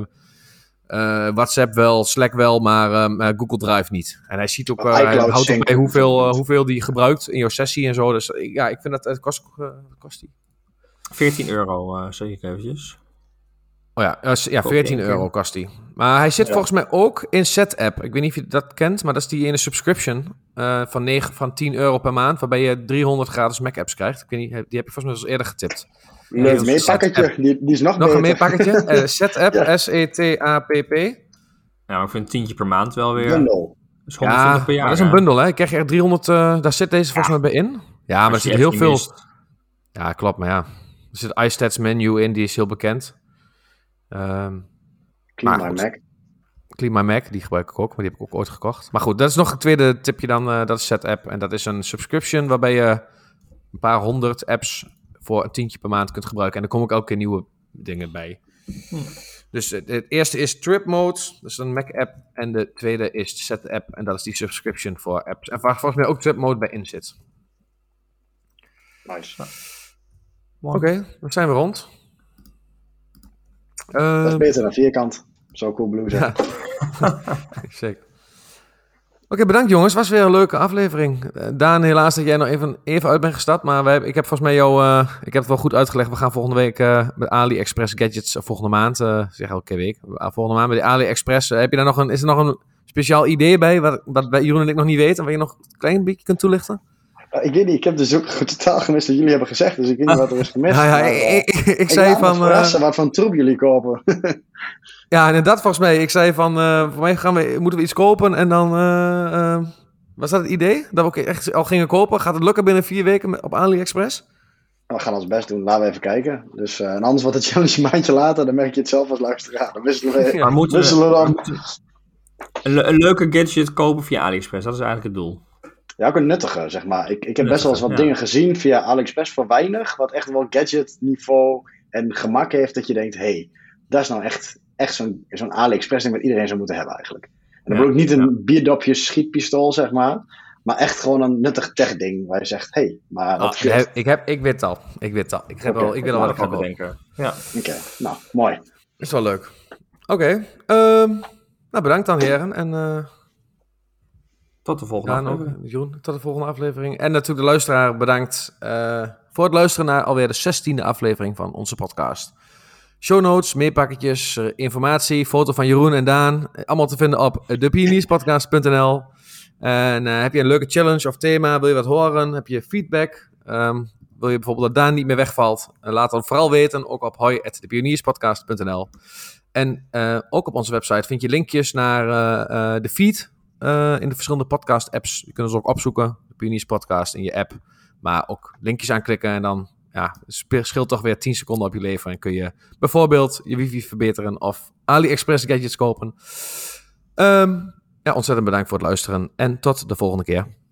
Uh, WhatsApp wel, Slack wel, maar um, uh, Google Drive niet. En hij ziet ook, uh, hij houdt ook bij hoeveel, uh, hoeveel die gebruikt in jouw sessie en zo. Dus uh, ja, ik vind dat het kost, uh, kost die. veertien euro, uh, zeg ik eventjes. Oh ja, uh, ja veertien euro kost die. Maar hij zit ja. volgens mij ook in Set-app. Ik weet niet of je dat kent, maar dat is die ene subscription uh, van, negen, van tien euro per maand, waarbij je driehonderd gratis Mac-apps krijgt. Ik weet niet, die heb ik volgens mij al eerder getipt. Nee, een meepakketje, die, die is nog, nog beter. een meepakketje. Uh, Set-app, ja. S E T A P P. Nou, ik vind een tientje per maand wel weer. Bundel. Dus honderdvijftig per jaar. Dat is een bundel, hè? Ik krijg echt driehonderd, uh, daar zit deze volgens ja. mij bij in. Ja, maar er zit heel veel... Mist. Ja, klopt, maar ja. Er zit iStats menu in, die is heel bekend. Um, Clean My Mac. Clean My Mac, die gebruik ik ook, maar die heb ik ook ooit gekocht. Maar goed, dat is nog een tweede tipje dan, uh, dat is Set-app. En dat is een subscription waarbij je een paar honderd apps voor een tientje per maand kunt gebruiken. En er komen ook elke keer nieuwe dingen bij. Hm. Dus het, het eerste is Trip Mode, dat is een Mac-app. En de tweede is Set-app, en dat is die subscription voor apps. En volgens mij ook Trip Mode bij in zit. Nice. Oké, okay, dan zijn we rond. Uh, dat is beter dan vierkant. Zo cool blue zijn. Ja. Zeker. okay, bedankt jongens. Was weer een leuke aflevering. Uh, Daan, helaas dat jij nog even, even uit bent gestapt. Maar wij, ik heb volgens mij jou... Uh, ik heb het wel goed uitgelegd. We gaan volgende week uh, met AliExpress Gadgets... Uh, volgende maand, uh, zeg elke week. Uh, volgende maand met de AliExpress. Uh, heb je daar nog een, is er nog een speciaal idee bij... wat, wat wij, Jeroen en ik nog niet weten... waar je nog een klein beetje kunt toelichten? Uh, ik weet niet. Ik heb dus ook totaal gemist wat jullie hebben gezegd. Dus ik weet niet wat er is gemist. Ja, ja, maar, uh, ik, ik, ik, ik zei van... verrassen uh, wat voor troep jullie kopen. Ja, inderdaad volgens mij. Ik zei van... Uh, voor mij gaan we, moeten we iets kopen en dan... Uh, uh, was dat het idee? Dat we ook echt al gingen kopen? Gaat het lukken binnen vier weken op AliExpress? We gaan ons best doen. Laten we even kijken. Dus, uh, en anders wordt het challenge een maandje later. Dan merk je het zelf als luisteraar. Dan wisselen we, ja, maar moeten wisselen we, dan. Moeten een, een leuke gadget kopen via AliExpress. Dat is eigenlijk het doel. Ja, ook een nuttige, zeg maar. Ik, ik heb best wel eens wat ja. dingen gezien via AliExpress voor weinig. Wat echt wel gadget niveau en gemak heeft. Dat je denkt, hé, hey, dat is nou echt, echt zo'n, zo'n AliExpress ding wat iedereen zou moeten hebben eigenlijk. En dan bedoel ik niet een ja. bierdopje schietpistool, zeg maar. Maar echt gewoon een nuttig tech ding waar je zegt, hé, hey, maar... Oh, ik, heb, ik, heb, ik weet het al. Ik weet het al. Ik, heb okay. al, ik weet al wat ik ga bedenken. Ja. Oké, okay. Nou, mooi. Is wel leuk. Oké. Okay. Um, nou, bedankt dan, heren. En... Uh... Tot de volgende ja, aflevering. Nog, Jeroen, tot de volgende aflevering. En natuurlijk de luisteraar bedankt uh, voor het luisteren naar alweer de zestiende aflevering van onze podcast. Show notes, meepakketjes, uh, informatie, foto van Jeroen en Daan. Allemaal te vinden op de pionierspodcast punt n l. En uh, heb je een leuke challenge of thema, wil je wat horen, heb je feedback, um, wil je bijvoorbeeld dat Daan niet meer wegvalt, uh, laat dan vooral weten, ook op hoi at de pionierspodcast punt n l. En uh, ook op onze website vind je linkjes naar uh, uh, de feed uh, in de verschillende podcast apps. Je kunt ons ook opzoeken, de Pionierspodcast in je app, maar ook linkjes aanklikken en dan ja, het scheelt toch weer tien seconden op je leven en kun je bijvoorbeeld je wifi verbeteren of AliExpress gadgets kopen. Um, Ja, ontzettend bedankt voor het luisteren en tot de volgende keer.